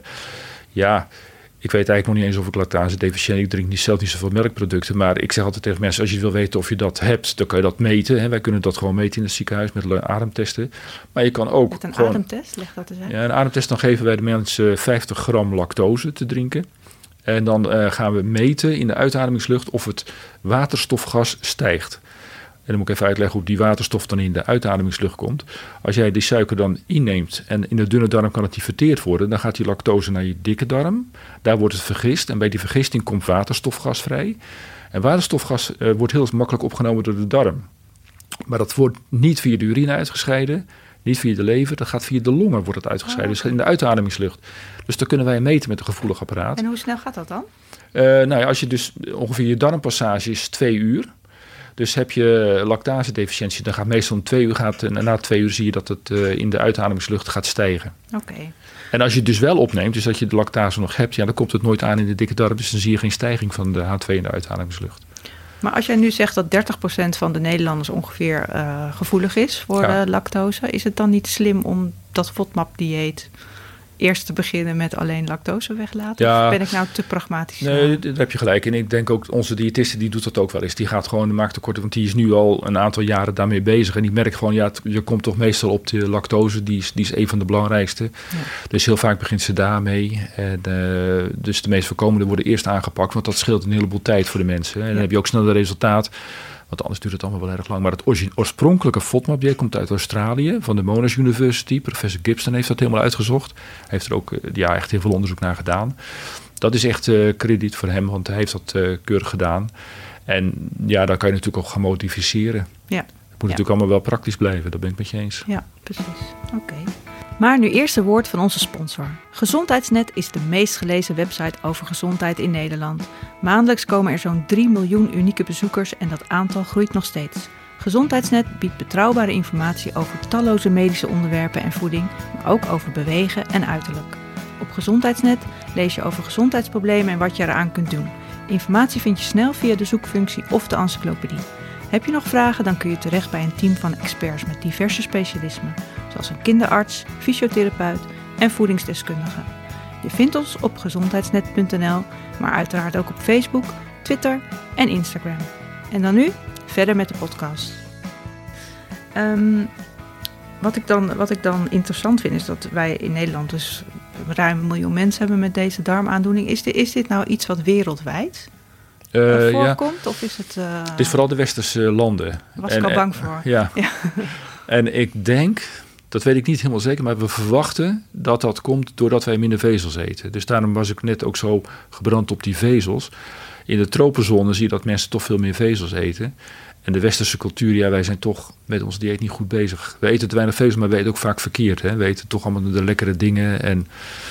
B: ja, ik weet eigenlijk nog niet eens of ik lactase deficiënt. Ik drink niet, zelf niet zoveel melkproducten. Maar ik zeg altijd tegen mensen, als je wil weten of je dat hebt, dan kan je dat meten. Hè. Wij kunnen dat gewoon meten in het ziekenhuis met ademtesten. Maar je kan ook
A: met een
B: gewoon,
A: ademtest, leg dat eens uit.
B: Ja, een ademtest, dan geven wij de mensen vijftig gram lactose te drinken. En dan uh, gaan we meten in de uitademingslucht of het waterstofgas stijgt. En dan moet ik even uitleggen hoe die waterstof dan in de uitademingslucht komt. Als jij die suiker dan inneemt en in de dunne darm kan het niet verteerd worden, dan gaat die lactose naar je dikke darm. Daar wordt het vergist en bij die vergisting komt waterstofgas vrij. En waterstofgas uh, wordt heel makkelijk opgenomen door de darm. Maar dat wordt niet via de urine uitgescheiden, niet via de lever, dat gaat via de longen wordt het uitgescheiden. Oh, okay. Dus in de uitademingslucht. Dus dat kunnen wij meten met een gevoelig apparaat.
A: En hoe snel gaat dat dan?
B: Uh, nou ja, als je dus ongeveer je darmpassage is twee uur. Dus heb je lactase-deficiëntie, dan gaat meestal om twee uur, gaat, en na twee uur zie je dat het uh, in de uitademingslucht gaat stijgen.
A: Oké. Okay.
B: En als je het dus wel opneemt, dus dat je de lactase nog hebt, ja, dan komt het nooit aan in de dikke darm. Dus dan zie je geen stijging van de H twee in de uitademingslucht.
A: Maar als jij nu zegt dat dertig procent van de Nederlanders ongeveer uh, gevoelig is voor ja. uh, lactose, is het dan niet slim om dat FODMAP-dieet eerst te beginnen met alleen lactose weglaten? Ja, of ben ik nou te pragmatisch?
B: Nee, daar heb je gelijk. En ik denk ook, onze diëtiste die doet dat ook wel eens. Die gaat gewoon de maagtekorten, want die is nu al een aantal jaren daarmee bezig. En die merkt gewoon, ja, je komt toch meestal op de lactose. Die is, die is een van de belangrijkste. Ja. Dus heel vaak begint ze daarmee. En, uh, dus de meest voorkomende worden eerst aangepakt, want dat scheelt een heleboel tijd voor de mensen. En dan ja. heb je ook sneller resultaat. Want anders duurt het allemaal wel erg lang. Maar het oorspronkelijke FODMAP komt uit Australië, van de Monash University. Professor Gibson heeft dat helemaal uitgezocht. Hij heeft er ook ja, echt heel veel onderzoek naar gedaan. Dat is echt uh, krediet voor hem, want hij heeft dat uh, keurig gedaan. En ja, daar kan je natuurlijk ook gaan modificeren.
A: Ja.
B: ja. natuurlijk allemaal wel praktisch blijven, dat ben ik met je eens.
A: Ja, precies. Oké. Okay. Maar nu eerst een woord van onze sponsor. Gezondheidsnet is de meest gelezen website over gezondheid in Nederland. Maandelijks komen er zo'n drie miljoen unieke bezoekers en dat aantal groeit nog steeds. Gezondheidsnet biedt betrouwbare informatie over talloze medische onderwerpen en voeding, maar ook over bewegen en uiterlijk. Op Gezondheidsnet lees je over gezondheidsproblemen en wat je eraan kunt doen. Informatie vind je snel via de zoekfunctie of de encyclopedie. Heb je nog vragen, dan kun je terecht bij een team van experts met diverse specialismen, zoals een kinderarts, fysiotherapeut en voedingsdeskundige. Je vindt ons op gezondheidsnet punt n l, maar uiteraard ook op Facebook, Twitter en Instagram. En dan nu verder met de podcast. Um, wat, ik dan, wat ik dan interessant vind is dat wij in Nederland dus ruim een miljoen mensen hebben met deze darmaandoening. Is dit, is dit nou iets wat wereldwijd uh, voorkomt? Ja. Of is het... Uh...
B: Het is vooral de westerse landen. Daar
A: was en, ik al bang en, voor.
B: Ja. ja. En ik denk, dat weet ik niet helemaal zeker, maar we verwachten dat dat komt doordat wij minder vezels eten. Dus daarom was ik net ook zo gebrand op die vezels. In de tropenzone zie je dat mensen toch veel meer vezels eten. En de westerse cultuur, ja, wij zijn toch met ons dieet niet goed bezig. We eten te weinig vezels, maar we eten ook vaak verkeerd. Hè? We eten toch allemaal de lekkere dingen. En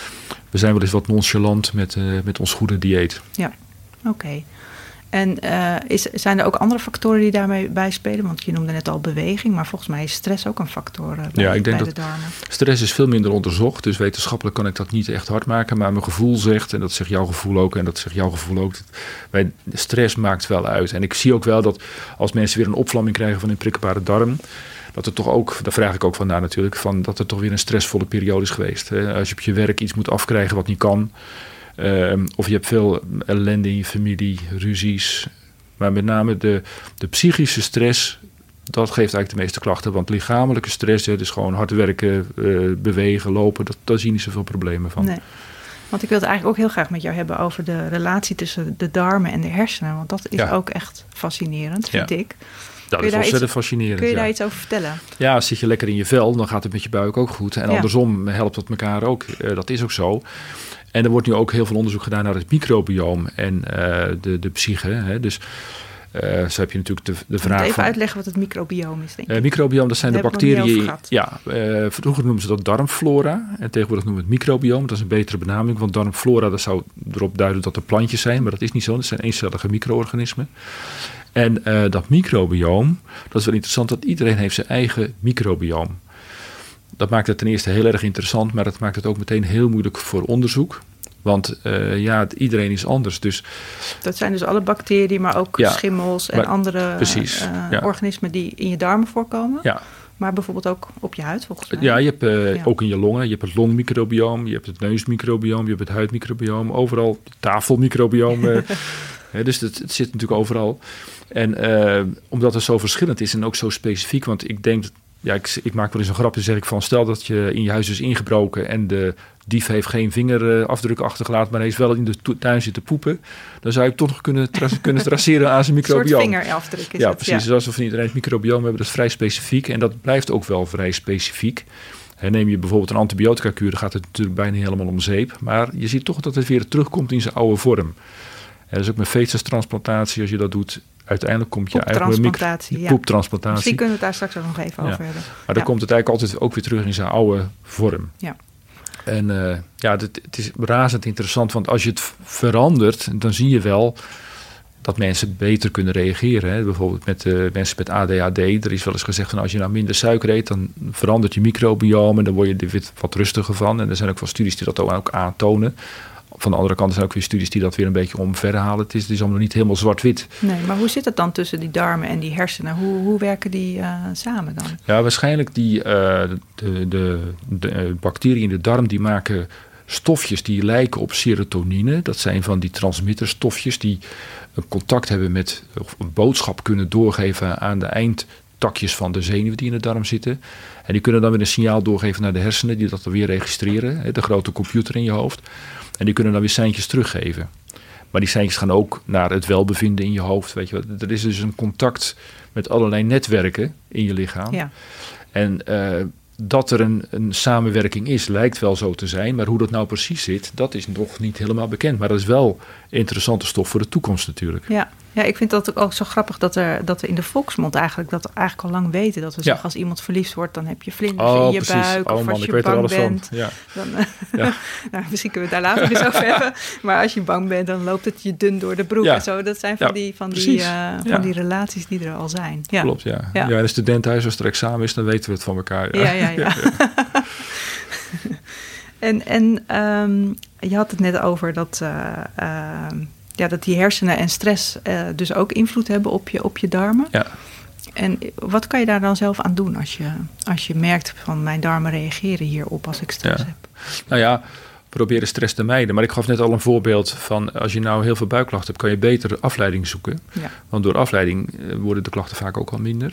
B: we zijn wel eens wat nonchalant met, uh, met ons goede dieet.
A: Ja, oké. Okay. En uh, is, zijn er ook andere factoren die daarmee bijspelen? Want je noemde net al beweging, maar volgens mij is stress ook een factor uh, bij,
B: ja, ik denk
A: bij
B: dat
A: de darmen.
B: Stress is veel minder onderzocht, dus wetenschappelijk kan ik dat niet echt hard maken. Maar mijn gevoel zegt, en dat zegt jouw gevoel ook, en dat zegt jouw gevoel ook, bij stress maakt wel uit. En ik zie ook wel dat als mensen weer een opvlamming krijgen van hun prikkelbare darm, dat er toch ook, daar vraag ik ook van na natuurlijk, van dat er toch weer een stressvolle periode is geweest. Hè? Als je op je werk iets moet afkrijgen wat niet kan. Uh, of je hebt veel ellende in je familie, ruzies. Maar met name de, de psychische stress, dat geeft eigenlijk de meeste klachten. Want lichamelijke stress, hè, dus gewoon hard werken, uh, bewegen, lopen, dat, daar zie je niet zoveel problemen van.
A: Nee. Want ik wil het eigenlijk ook heel graag met jou hebben over de relatie tussen de darmen en de hersenen. Want dat is ja. ook echt fascinerend, vind
B: ja.
A: ik.
B: Dat is ontzettend fascinerend.
A: Kun je
B: ja.
A: daar iets over vertellen?
B: Ja, zit je lekker in je vel, dan gaat het met je buik ook goed. En ja. andersom helpt dat elkaar ook. Uh, dat is ook zo. En er wordt nu ook heel veel onderzoek gedaan naar het microbioom en uh, de, de psyche. Hè. Dus uh, zo heb je natuurlijk de, de vraag.
A: Even
B: van,
A: uitleggen wat het microbioom is, denk ik.
B: Uh, microbioom, dat zijn
A: dat
B: de bacteriën. Ja, uh, vroeger noemden ze dat darmflora. En tegenwoordig noemen we het microbioom. Dat is een betere benaming. Want darmflora, dat zou erop duiden dat er plantjes zijn. Maar dat is niet zo. Dat zijn eencellige micro-organismen. En uh, dat microbioom, dat is wel interessant. Dat iedereen heeft zijn eigen microbioom. Dat maakt het ten eerste heel erg interessant, maar dat maakt het ook meteen heel moeilijk voor onderzoek. Want uh, ja, iedereen is anders. Dus,
A: dat zijn dus alle bacteriën, maar ook ja, schimmels en maar, andere precies, uh, ja. organismen die in je darmen voorkomen. Ja. Maar bijvoorbeeld ook op je huid, volgens mij.
B: Ja, je hebt uh, ja. ook in je longen. Je hebt het longmicrobioom, je hebt het neusmicrobioom, je hebt het huidmicrobioom. Overal tafelmicrobioom. uh, He, dus het, het zit natuurlijk overal. En uh, omdat het zo verschillend is en ook zo specifiek, want ik denk... Ja, ik, ik maak wel eens een grapje, zeg ik van, stel dat je in je huis is ingebroken en de dief heeft geen vingerafdruk achtergelaten, maar hij is wel in de to- tuin zitten poepen, dan zou je toch nog kunnen, tra- kunnen traceren aan zijn microbioom.
A: Een soort vingerafdruk is
B: ja,
A: het.
B: Precies, ja, precies. Alsof we iedereen het microbioom hebben, dat is vrij specifiek en dat blijft ook wel vrij specifiek. He, neem je bijvoorbeeld een antibiotica-kuur, dan gaat het natuurlijk bijna helemaal om zeep, maar je ziet toch dat het weer terugkomt in zijn oude vorm. En dat is ook met veeseltransplantatie, als je dat doet, uiteindelijk komt je eigen
A: poeptransplantatie. Ja.
B: Poeptransplantatie.
A: Misschien kunnen we het daar straks ook nog even
B: ja.
A: over hebben.
B: Maar dan ja. komt het eigenlijk altijd ook weer terug in zijn oude vorm.
A: Ja.
B: En uh, ja, het, het is razend interessant, want als je het verandert, dan zie je wel dat mensen beter kunnen reageren. Hè. Bijvoorbeeld met uh, mensen met A D H D. Er is wel eens gezegd van als je nou minder suiker eet, dan verandert je microbioom en dan word je er wat rustiger van. En er zijn ook wel studies die dat ook aantonen. Van de andere kant zijn ook weer studies die dat weer een beetje omverhalen. Het is, het is allemaal niet helemaal zwart-wit.
A: Nee, maar hoe zit het dan tussen die darmen en die hersenen? Hoe, hoe werken die uh, samen dan?
B: Ja, waarschijnlijk die uh, de, de, de uh, bacteriën in de darm die maken stofjes die lijken op serotonine. Dat zijn van die transmitterstofjes die een contact hebben met, of een boodschap kunnen doorgeven aan de eindtakjes van de zenuwen die in de darm zitten. En die kunnen dan weer een signaal doorgeven naar de hersenen die dat dan weer registreren. De grote computer in je hoofd. En die kunnen dan weer seintjes teruggeven. Maar die seintjes gaan ook naar het welbevinden in je hoofd. Weet je wat? Er is dus een contact met allerlei netwerken in je lichaam. Ja. En uh, dat er een, een samenwerking is, lijkt wel zo te zijn. Maar hoe dat nou precies zit, dat is nog niet helemaal bekend. Maar dat is wel interessante stof voor de toekomst natuurlijk.
A: Ja, Ja, ik vind dat ook zo grappig dat, er, dat we in de volksmond eigenlijk dat eigenlijk al lang weten. Dat we zeggen,
B: Ja.
A: als iemand verliefd wordt, dan heb je vlinders
B: Oh,
A: in je
B: precies.
A: buik.
B: Oh,
A: Of
B: man,
A: als
B: ik
A: je
B: weet er
A: bang
B: alles van.
A: bent.
B: Ja.
A: Dan,
B: Ja.
A: nou, misschien kunnen we het daar later eens over hebben. Maar als je bang bent, dan loopt het je dun door de broek
B: Ja.
A: en zo. Dat zijn van,
B: Ja,
A: die, van, die,
B: precies.
A: uh,
B: Ja.
A: van die relaties die er al zijn. Ja.
B: Klopt, ja.
A: Ja.
B: Ja, in een studentenhuis, als er examen is, dan weten we het van elkaar.
A: Ja, ja, ja. en en um, je had het net over dat, uh, uh, ja, dat die hersenen en stress uh, dus ook invloed hebben op je, op je darmen.
B: Ja.
A: En wat kan je daar dan zelf aan doen als je, als je merkt van mijn darmen reageren hierop als ik stress
B: Ja.
A: heb?
B: Nou ja, proberen stress te mijden. Maar ik gaf net al een voorbeeld van als je nou heel veel buikklachten hebt, kan je beter afleiding zoeken.
A: Ja.
B: Want door afleiding uh, worden de klachten vaak ook al minder.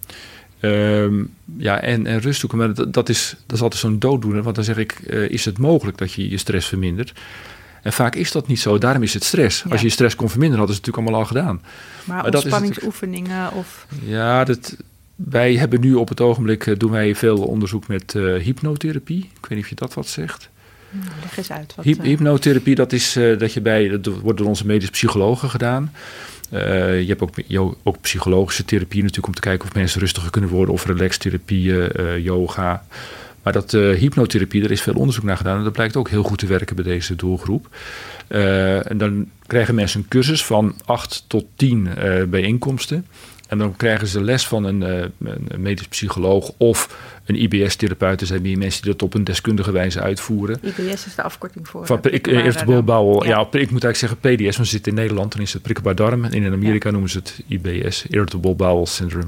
B: Um, ja, en, en rust zoeken. Maar dat, dat, is, dat is altijd zo'n dooddoener. Want dan zeg ik, uh, is het mogelijk dat je je stress vermindert? En vaak is dat niet zo. Daarom is het stress.
A: Ja.
B: Als je je stress kon verminderen, hadden ze het natuurlijk allemaal al gedaan.
A: Maar,
B: Maar dat is
A: ontspanningsoefeningen of...
B: Ja, dat, wij hebben nu op het ogenblik, uh, doen wij veel onderzoek met uh, hypnotherapie. Ik weet niet of je dat wat zegt.
A: Nou, leg eens uit. Wat,
B: Hyp-
A: uh,
B: hypnotherapie, dat is uh, dat je bij, dat wordt door onze medisch psychologen gedaan. Uh, je hebt ook, jo, ook psychologische therapie natuurlijk om te kijken of mensen rustiger kunnen worden, of relaxtherapie, uh, yoga. Maar dat uh, hypnotherapie, daar is veel onderzoek naar gedaan en dat blijkt ook heel goed te werken bij deze doelgroep. Uh, en dan krijgen mensen een cursus van acht tot tien uh, bijeenkomsten. En dan krijgen ze les van een, uh, een medisch psycholoog of een I B S-therapeut. Er zijn meer mensen die dat op een deskundige wijze uitvoeren.
A: I B S is de afkorting voor...
B: Van ik, irritable bowel. Ja, ik moet eigenlijk zeggen P D S, want ze zitten in Nederland. Dan is het prikkelbaar darm. En in Amerika ja. noemen ze het I B S, Irritable Bowel Syndrome.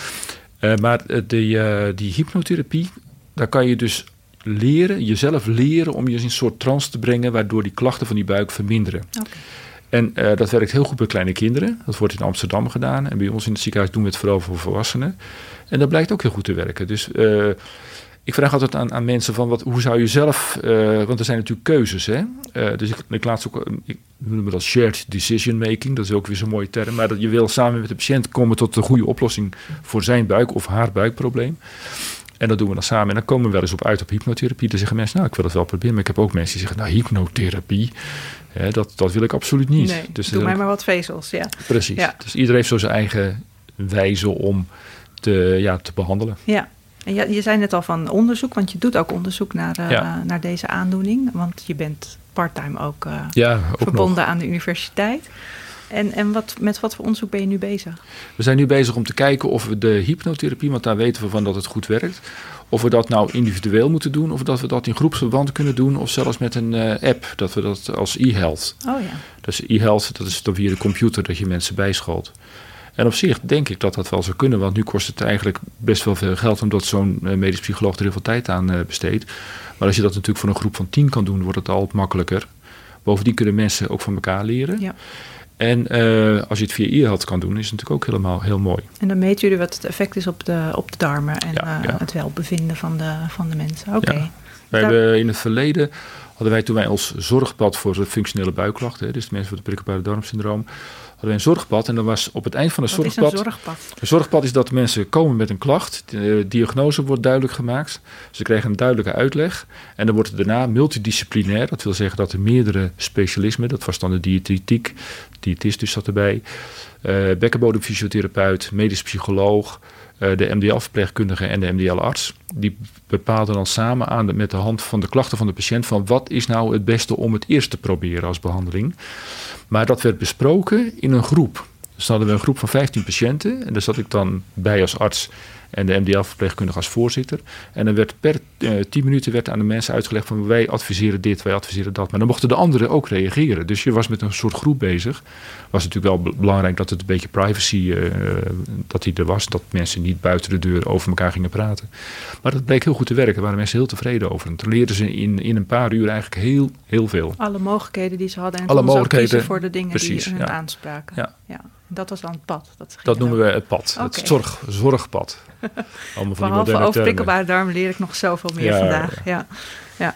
B: Uh, maar die, uh, die hypnotherapie, daar kan je dus leren, jezelf leren om je in een soort trance te brengen, waardoor die klachten van die buik verminderen. Okay. En uh, dat werkt heel goed bij kleine kinderen. Dat wordt in Amsterdam gedaan. En bij ons in het ziekenhuis doen we het vooral voor volwassenen. En dat blijkt ook heel goed te werken. Dus uh, ik vraag altijd aan, aan mensen van wat, hoe zou je zelf... Uh, want er zijn natuurlijk keuzes. Hè? Uh, dus ik, ik laat ook... Ik noem dat shared decision making. Dat is ook weer zo'n mooie term. Maar dat je wil samen met de patiënt komen tot een goede oplossing voor zijn buik of haar buikprobleem. En dat doen we dan samen. En dan komen we wel eens op uit op hypnotherapie. Dan zeggen mensen, nou, ik wil dat wel proberen. Maar ik heb ook mensen die zeggen, nou, hypnotherapie... Hè, dat, dat wil ik absoluut niet.
A: Nee,
B: dus
A: doe mij
B: ook,
A: maar wat vezels, ja.
B: Precies.
A: Ja.
B: Dus iedereen heeft zo zijn eigen wijze om te, ja, te behandelen.
A: Ja, en je, je zei net al van onderzoek, want je doet ook onderzoek naar, uh, ja. naar deze aandoening. Want je bent parttime ook, uh,
B: ja, ook
A: verbonden
B: nog.
A: aan de universiteit. En, en wat, met wat voor onderzoek ben je nu bezig?
B: We zijn nu bezig om te kijken of we de hypnotherapie, want daar weten we van dat het goed werkt, of we dat nou individueel moeten doen, of dat we dat in groepsverband kunnen doen, of zelfs met een uh, app, dat we dat als e-health.
A: Oh ja.
B: Dus e-health, dat is dan via de computer dat je mensen bijscholt. En op zich denk ik dat dat wel zou kunnen, want nu kost het eigenlijk best wel veel geld, omdat zo'n uh, medisch psycholoog er heel veel tijd aan uh, besteedt. Maar als je dat natuurlijk voor een groep van tien kan doen, wordt het al wat makkelijker. Bovendien kunnen mensen ook van elkaar leren.
A: Ja.
B: En uh, als je het via e-health kan doen, is het natuurlijk ook helemaal heel mooi.
A: En dan meten jullie wat het effect is op de, op de darmen en
B: ja,
A: uh,
B: ja.
A: het welbevinden van de, van de mensen. Oké. Okay.
B: Ja. Wij Daar... hebben in het verleden, hadden wij toen wij ons zorgpad voor de functionele buikklachten, hè, dus de mensen met het prikkelbare darmsyndroom, hadden wij een zorgpad. En dan was op het eind van het
A: Wat
B: zorgpad...
A: is een zorgpad?
B: Een zorgpad is dat mensen komen met een klacht. De diagnose wordt duidelijk gemaakt. Ze krijgen een duidelijke uitleg. En dan wordt het daarna multidisciplinair. Dat wil zeggen dat er meerdere specialismen, dat was dan de diëtetiek, diëtist dus zat erbij, uh, bekkenbodemfysiotherapeut, medisch psycholoog, uh, de M D L-verpleegkundige en de M D L-arts. Die bepaalden dan samen aan de, met de hand van de klachten van de patiënt van wat is nou het beste om het eerst te proberen als behandeling. Maar dat werd besproken in een groep. Dus dan hadden we een groep van vijftien patiënten. En daar zat ik dan bij als arts en de M D L-verpleegkundige als voorzitter. En dan werd per uh, tien minuten werd aan de mensen uitgelegd van wij adviseren dit, wij adviseren dat. Maar dan mochten de anderen ook reageren. Dus je was met een soort groep bezig. Was natuurlijk wel belangrijk dat het een beetje privacy, uh, dat die er was. Dat mensen niet buiten de deur over elkaar gingen praten. Maar dat bleek heel goed te werken. Daar waren mensen heel tevreden over. En toen leerden ze in, in een paar uur eigenlijk heel, heel veel.
A: Alle mogelijkheden die ze hadden. En
B: Alle mogelijkheden.
A: Kiezen voor de dingen
B: Precies,
A: die hun
B: ja.
A: aanspraken.
B: Ja.
A: Ja. Dat was dan het pad. Dat,
B: dat noemen we het pad. Okay. Het zorg, zorgpad.
A: Behalve over prikkelbare darmen leer ik nog zoveel meer ja, vandaag. Ja. Ja. Ja.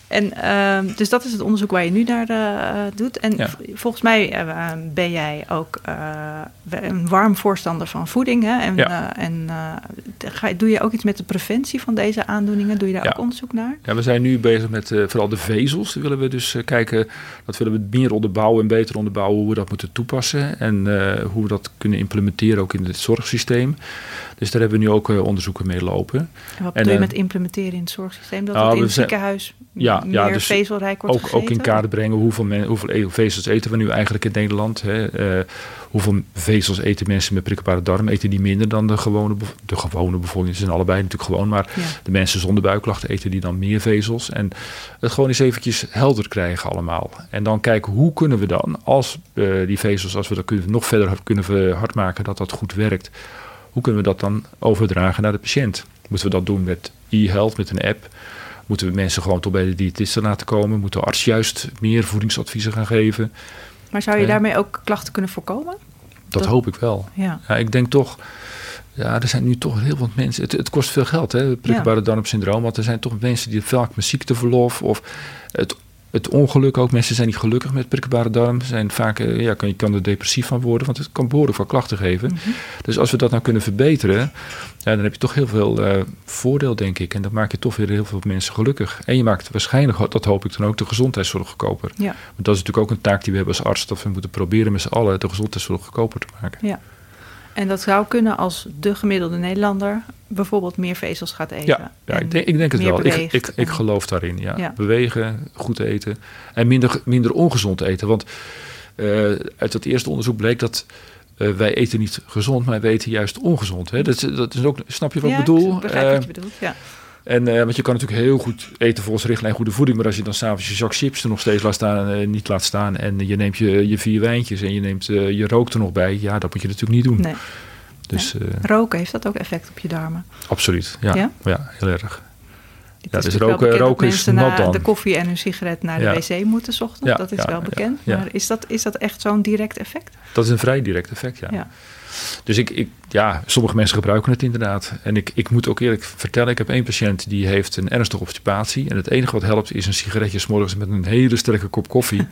A: En uh, dus dat is het onderzoek waar je nu naar uh, doet. En
B: ja.
A: v- volgens mij uh, ben jij ook uh, een warm voorstander van voeding. Hè? En,
B: ja.
A: uh, en uh, ga, doe je ook iets met de preventie van deze aandoeningen? Doe je daar
B: ja.
A: ook onderzoek naar?
B: Ja, we zijn nu bezig met uh, vooral de vezels. Daar willen we dus uh, kijken, dat willen we meer onderbouwen en beter onderbouwen hoe we dat moeten toepassen. En uh, hoe we dat kunnen implementeren ook in het zorgsysteem. Dus daar hebben we nu ook uh, onderzoeken mee lopen.
A: En wat
B: en,
A: doe je
B: uh,
A: met implementeren in het zorgsysteem? Dat
B: uh,
A: het in
B: we
A: het
B: zijn,
A: ziekenhuis
B: ja,
A: meer
B: ja, dus
A: vezelrijk wordt
B: ook,
A: gegeten?
B: ook in kaart brengen hoeveel, men, hoeveel vezels eten we nu eigenlijk in Nederland. Hè? Uh, hoeveel vezels eten mensen met prikkelbare darm? Eten die minder dan de gewone, de gewone bevolking? Ze zijn allebei natuurlijk gewoon, maar ja. de mensen zonder buikklachten eten die dan meer vezels. En het gewoon eens eventjes helder krijgen allemaal. En dan kijken hoe kunnen we dan, als uh, die vezels, als we dat kunnen, nog verder kunnen hard maken dat dat goed werkt. Hoe kunnen we dat dan overdragen naar de patiënt? Moeten we dat doen met e-health, met een app? Moeten we mensen gewoon toch bij de diëtisten laten komen? Moet de arts juist meer voedingsadviezen gaan geven?
A: Maar zou je daarmee ook klachten kunnen voorkomen?
B: Dat, dat hoop ik wel.
A: Ja.
B: Ja, ik denk toch, ja, er zijn nu toch heel veel mensen. Het, het kost veel geld, hè, prikkelbare ja. darmsyndroom. Want er zijn toch mensen die vaak met ziekteverlof of het, het ongeluk ook. Mensen zijn niet gelukkig met prikkelbare darm. Zijn vaak, ja, kan, je kan er depressief van worden, want het kan behoorlijk veel klachten geven. Mm-hmm. Dus als we dat nou kunnen verbeteren, ja, dan heb je toch heel veel uh, voordeel, denk ik. En dan maak je toch weer heel veel mensen gelukkig. En je maakt waarschijnlijk, dat hoop ik dan ook, de gezondheidszorg goedkoper. Ja. Want dat is natuurlijk ook een taak die we hebben als arts, dat we moeten proberen met z'n allen de gezondheidszorg goedkoper te maken.
A: Ja. En dat zou kunnen als de gemiddelde Nederlander bijvoorbeeld meer vezels gaat eten.
B: Ja, ja ik, denk, ik denk het wel. Ik, ik, ik geloof daarin. Ja. Ja. Bewegen, goed eten en minder, minder ongezond eten. Want uh, uit dat eerste onderzoek bleek dat uh, wij eten niet gezond, maar wij eten juist ongezond. Hè? Dat, dat is ook, snap je wat
A: ja,
B: ik bedoel?
A: Ik begrijp uh, wat je bedoelt, ja.
B: En, uh, want je kan natuurlijk heel goed eten volgens richtlijn goede voeding, maar als je dan s'avonds je zak chips er nog steeds laat staan, uh, niet laat staan en je neemt je, je vier wijntjes en je neemt uh, je rook er nog bij, ja, dat moet je natuurlijk niet doen.
A: Nee.
B: Dus,
A: nee.
B: Uh,
A: roken, heeft dat ook effect op je darmen?
B: Absoluut, ja. Ja, ja heel erg.
A: Het
B: ja,
A: is
B: dus roken, roken is
A: not
B: dan.
A: De koffie en hun sigaret naar de ja. wc moeten 's ochtends, ja, dat is ja, wel bekend. Ja, ja. Maar is dat, is dat echt zo'n direct effect?
B: Dat is een vrij direct effect, ja. ja. Dus ik, ik, ja, sommige mensen gebruiken het inderdaad. En ik, ik moet ook eerlijk vertellen, ik heb één patiënt die heeft een ernstige obstipatie. En het enige wat helpt is een sigaretje 's morgens met een hele sterke kop koffie.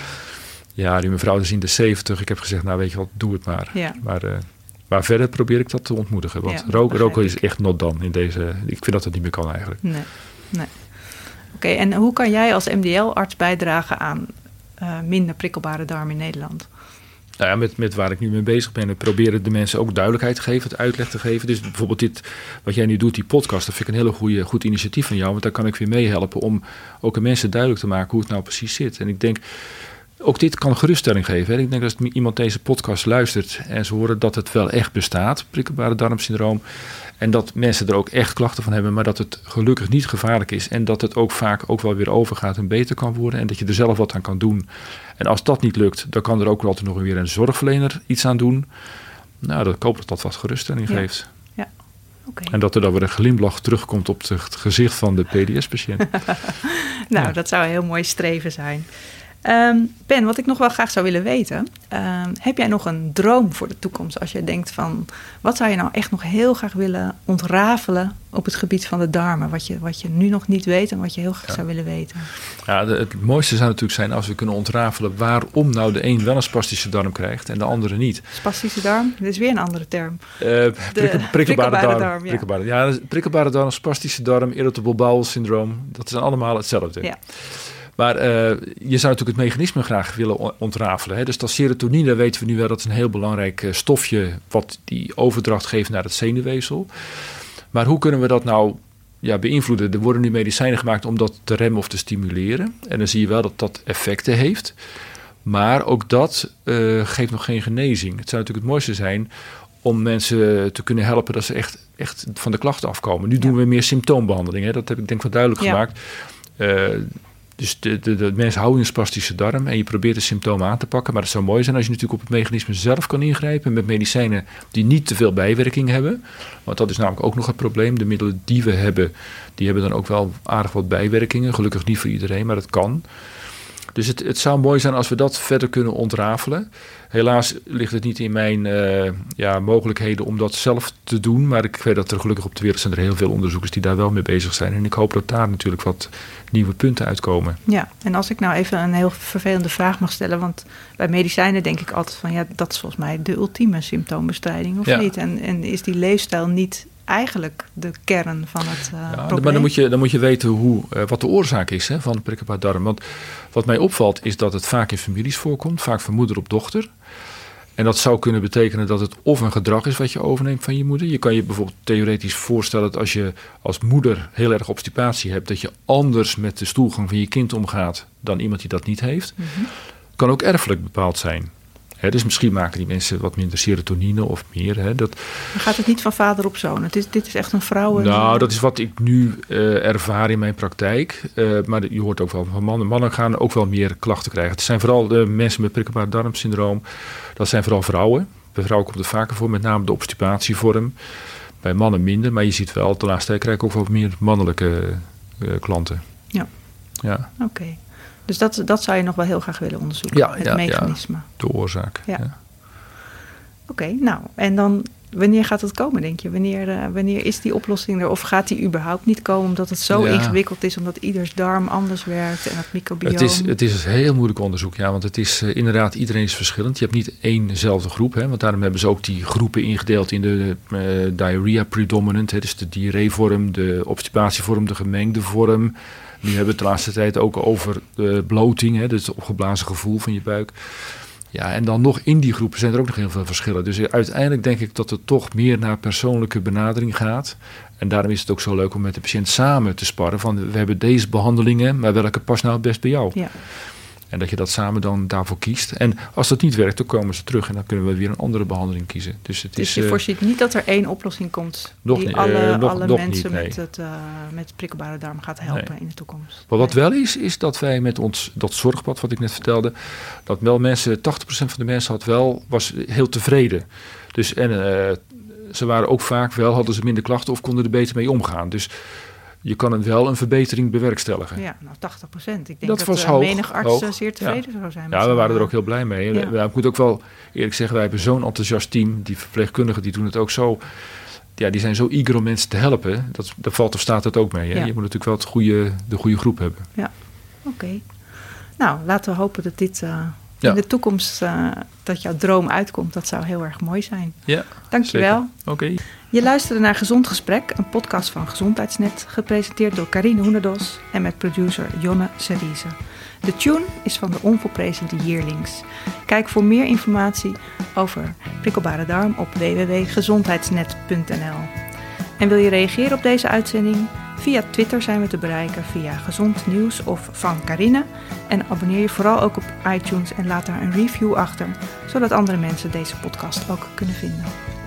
B: Ja, die mevrouw is in de zeventig. Ik heb gezegd, nou weet je wat, doe het maar. Ja. Maar, uh, maar verder probeer ik dat te ontmoedigen. Want ja, roken, roken is echt not done in deze. Ik vind dat het niet meer kan eigenlijk.
A: Nee, nee. Oké, okay, en hoe kan jij als M D L-arts bijdragen aan uh, minder prikkelbare darm in Nederland?
B: Nou ja, met, met waar ik nu mee bezig ben, proberen de mensen ook duidelijkheid te geven, het uitleg te geven. Dus bijvoorbeeld dit, wat jij nu doet, die podcast, dat vind ik een hele goede, goed initiatief van jou. Want daar kan ik weer meehelpen om ook aan mensen duidelijk te maken hoe het nou precies zit. En ik denk, ook dit kan geruststelling geven. Hè. Ik denk dat als iemand deze podcast luistert en ze horen dat het wel echt bestaat, prikkelbare darmsyndroom. En dat mensen er ook echt klachten van hebben, maar dat het gelukkig niet gevaarlijk is. En dat het ook vaak ook wel weer overgaat en beter kan worden. En dat je er zelf wat aan kan doen. En als dat niet lukt, dan kan er ook altijd nog weer een zorgverlener iets aan doen. Nou, dan hoop ik dat dat wat geruststelling
A: ja.
B: geeft.
A: Ja. Okay.
B: En dat er dan weer een glimlach terugkomt op het gezicht van de P D S-patiënt.
A: nou, ja. dat zou een heel mooi streven zijn. Um, Ben, wat ik nog wel graag zou willen weten. Um, heb jij nog een droom voor de toekomst? Als je denkt van, wat zou je nou echt nog heel graag willen ontrafelen op het gebied van de darmen? Wat je, wat je nu nog niet weet en wat je heel graag ja. zou willen weten.
B: Ja, de, het mooiste zou natuurlijk zijn als we kunnen ontrafelen waarom nou de een wel een spastische darm krijgt en de andere niet.
A: Spastische darm? Dat is weer een andere term.
B: Uh, prikkel, prikkelbare, prikkelbare darm. darm ja.
A: Prikkelbare,
B: ja, prikkelbare darm, spastische darm, irritable bowel syndroom. Dat zijn allemaal hetzelfde.
A: Ja.
B: Maar uh, je zou natuurlijk het mechanisme graag willen ontrafelen. Hè? Dus dat serotonine, weten we nu wel, dat is een heel belangrijk uh, stofje wat die overdracht geeft naar het zenuwweefsel. Maar hoe kunnen we dat nou ja, beïnvloeden? Er worden nu medicijnen gemaakt om dat te remmen of te stimuleren. En dan zie je wel dat dat effecten heeft. Maar ook dat uh, geeft nog geen genezing. Het zou natuurlijk het mooiste zijn om mensen te kunnen helpen dat ze echt, echt van de klachten afkomen. Nu ja. doen we meer symptoombehandeling. Hè? Dat heb ik denk ik wel duidelijk ja. gemaakt. Uh, Dus de, de, de mensen houden een spastische darm en je probeert de symptomen aan te pakken. Maar het zou mooi zijn als je natuurlijk op het mechanisme zelf kan ingrijpen met medicijnen die niet te veel bijwerking hebben. Want dat is namelijk ook nog het probleem. De middelen die we hebben, die hebben dan ook wel aardig wat bijwerkingen. Gelukkig niet voor iedereen, maar dat kan. Dus het, het zou mooi zijn als we dat verder kunnen ontrafelen. Helaas ligt het niet in mijn uh, ja, mogelijkheden om dat zelf te doen. Maar ik weet dat er gelukkig op de wereld zijn er heel veel onderzoekers die daar wel mee bezig zijn. En ik hoop dat daar natuurlijk wat nieuwe punten uitkomen.
A: Ja, en als ik nou even een heel vervelende vraag mag stellen. Want bij medicijnen denk ik altijd van ja, dat is volgens mij de ultieme symptoombestrijding of ja. niet? En, en is die leefstijl niet eigenlijk de kern van het uh,
B: ja,
A: probleem?
B: Maar dan moet je, dan moet je weten hoe, uh, wat de oorzaak is hè, van prikkelbaar darm. Want wat mij opvalt is dat het vaak in families voorkomt. Vaak van moeder op dochter. En dat zou kunnen betekenen dat het of een gedrag is wat je overneemt van je moeder. Je kan je bijvoorbeeld theoretisch voorstellen dat als je als moeder heel erg obstipatie hebt, dat je anders met de stoelgang van je kind omgaat dan iemand die dat niet heeft. Mm-hmm. Kan ook erfelijk bepaald zijn. He, dus misschien maken die mensen wat minder serotonine of meer. He, dat...
A: Maar gaat het niet van vader op zoon? Het is, dit is echt een vrouwen...
B: Nou, dat is wat ik nu uh, ervaar in mijn praktijk. Uh, maar je hoort ook wel van mannen. Mannen gaan ook wel meer klachten krijgen. Het zijn vooral de mensen met prikkelbaar darmsyndroom. Dat zijn vooral vrouwen. Bij vrouwen komt het vaker voor, met name de obstipatievorm. Bij mannen minder, maar je ziet wel, de laatste tijd krijg ik ook wel meer mannelijke uh, klanten.
A: Ja,
B: ja.
A: Oké. Okay. Dus dat, dat zou je nog wel heel graag willen onderzoeken,
B: ja,
A: het
B: ja,
A: mechanisme.
B: Ja, de oorzaak. Ja. Ja.
A: Oké, okay, nou, en dan, wanneer gaat het komen, denk je? Wanneer, uh, wanneer is die oplossing er? Of gaat die überhaupt niet komen, omdat het zo ja. ingewikkeld is, omdat ieders darm anders werkt en het microbioom?
B: Het is, het is een heel moeilijk onderzoek, ja, want het is uh, inderdaad, iedereen is verschillend. Je hebt niet éénzelfde groep, hè, want daarom hebben ze ook die groepen ingedeeld in de uh, diarrhea predominant, hè, dus de diarreevorm, de obstipatievorm, de gemengde vorm. Nu hebben we het de laatste tijd ook over uh, bloating, hè, dus het opgeblazen gevoel van je buik. Ja, en dan nog in die groepen zijn er ook nog heel veel verschillen. Dus uiteindelijk denk ik dat het toch meer naar persoonlijke benadering gaat. En daarom is het ook zo leuk om met de patiënt samen te sparren. Van we hebben deze behandelingen, maar welke past nou het best bij jou?
A: Ja.
B: En dat je dat samen dan daarvoor kiest. En als dat niet werkt, dan komen ze terug en dan kunnen we weer een andere behandeling kiezen. Dus, het
A: dus
B: is,
A: je uh, voorziet niet dat er één oplossing komt
B: nog
A: die
B: niet,
A: alle,
B: uh, nog,
A: alle
B: nog
A: mensen
B: niet, nee.
A: met, het, uh, met prikkelbare darm gaat helpen
B: nee.
A: in de toekomst.
B: Maar wat wel is, is dat wij met ons, dat zorgpad wat ik net vertelde, dat wel mensen, tachtig procent van de mensen had wel, was heel tevreden. Dus en uh, ze waren ook vaak wel, hadden ze minder klachten of konden er beter mee omgaan. Dus je kan er wel een verbetering bewerkstelligen.
A: Ja, nou tachtig procent. Ik denk
B: dat,
A: dat
B: was
A: uh,
B: hoog,
A: menig arts
B: hoog.
A: zeer tevreden
B: ja.
A: zou zijn.
B: Ja, we waren er ook heel blij mee.
A: Ja.
B: Ja, ik moet ook wel eerlijk zeggen, wij hebben zo'n enthousiast team. Die verpleegkundigen die doen het ook zo. Ja, die zijn zo eager om mensen te helpen. Dat, dat valt of staat het ook mee. Hè?
A: Ja.
B: Je moet natuurlijk wel het goede, de goede groep hebben.
A: Ja, oké. Okay. Nou, laten we hopen dat dit... Uh,
B: Ja.
A: in de toekomst uh, dat jouw droom uitkomt. Dat zou heel erg mooi zijn.
B: Ja,
A: dankjewel.
B: Oké. Okay.
A: Je luisterde naar Gezond Gesprek, een podcast van Gezondheidsnet, gepresenteerd door Karine Hoenderdos en met producer Jonne Serize. De tune is van de onvolprezen Yearlings. Kijk voor meer informatie over prikkelbare darm op w w w punt gezondheidsnet punt n l. En wil je reageren op deze uitzending? Via Twitter zijn we te bereiken via Gezond Nieuws of van Karine. En abonneer je vooral ook op iTunes en laat daar een review achter, zodat andere mensen deze podcast ook kunnen vinden.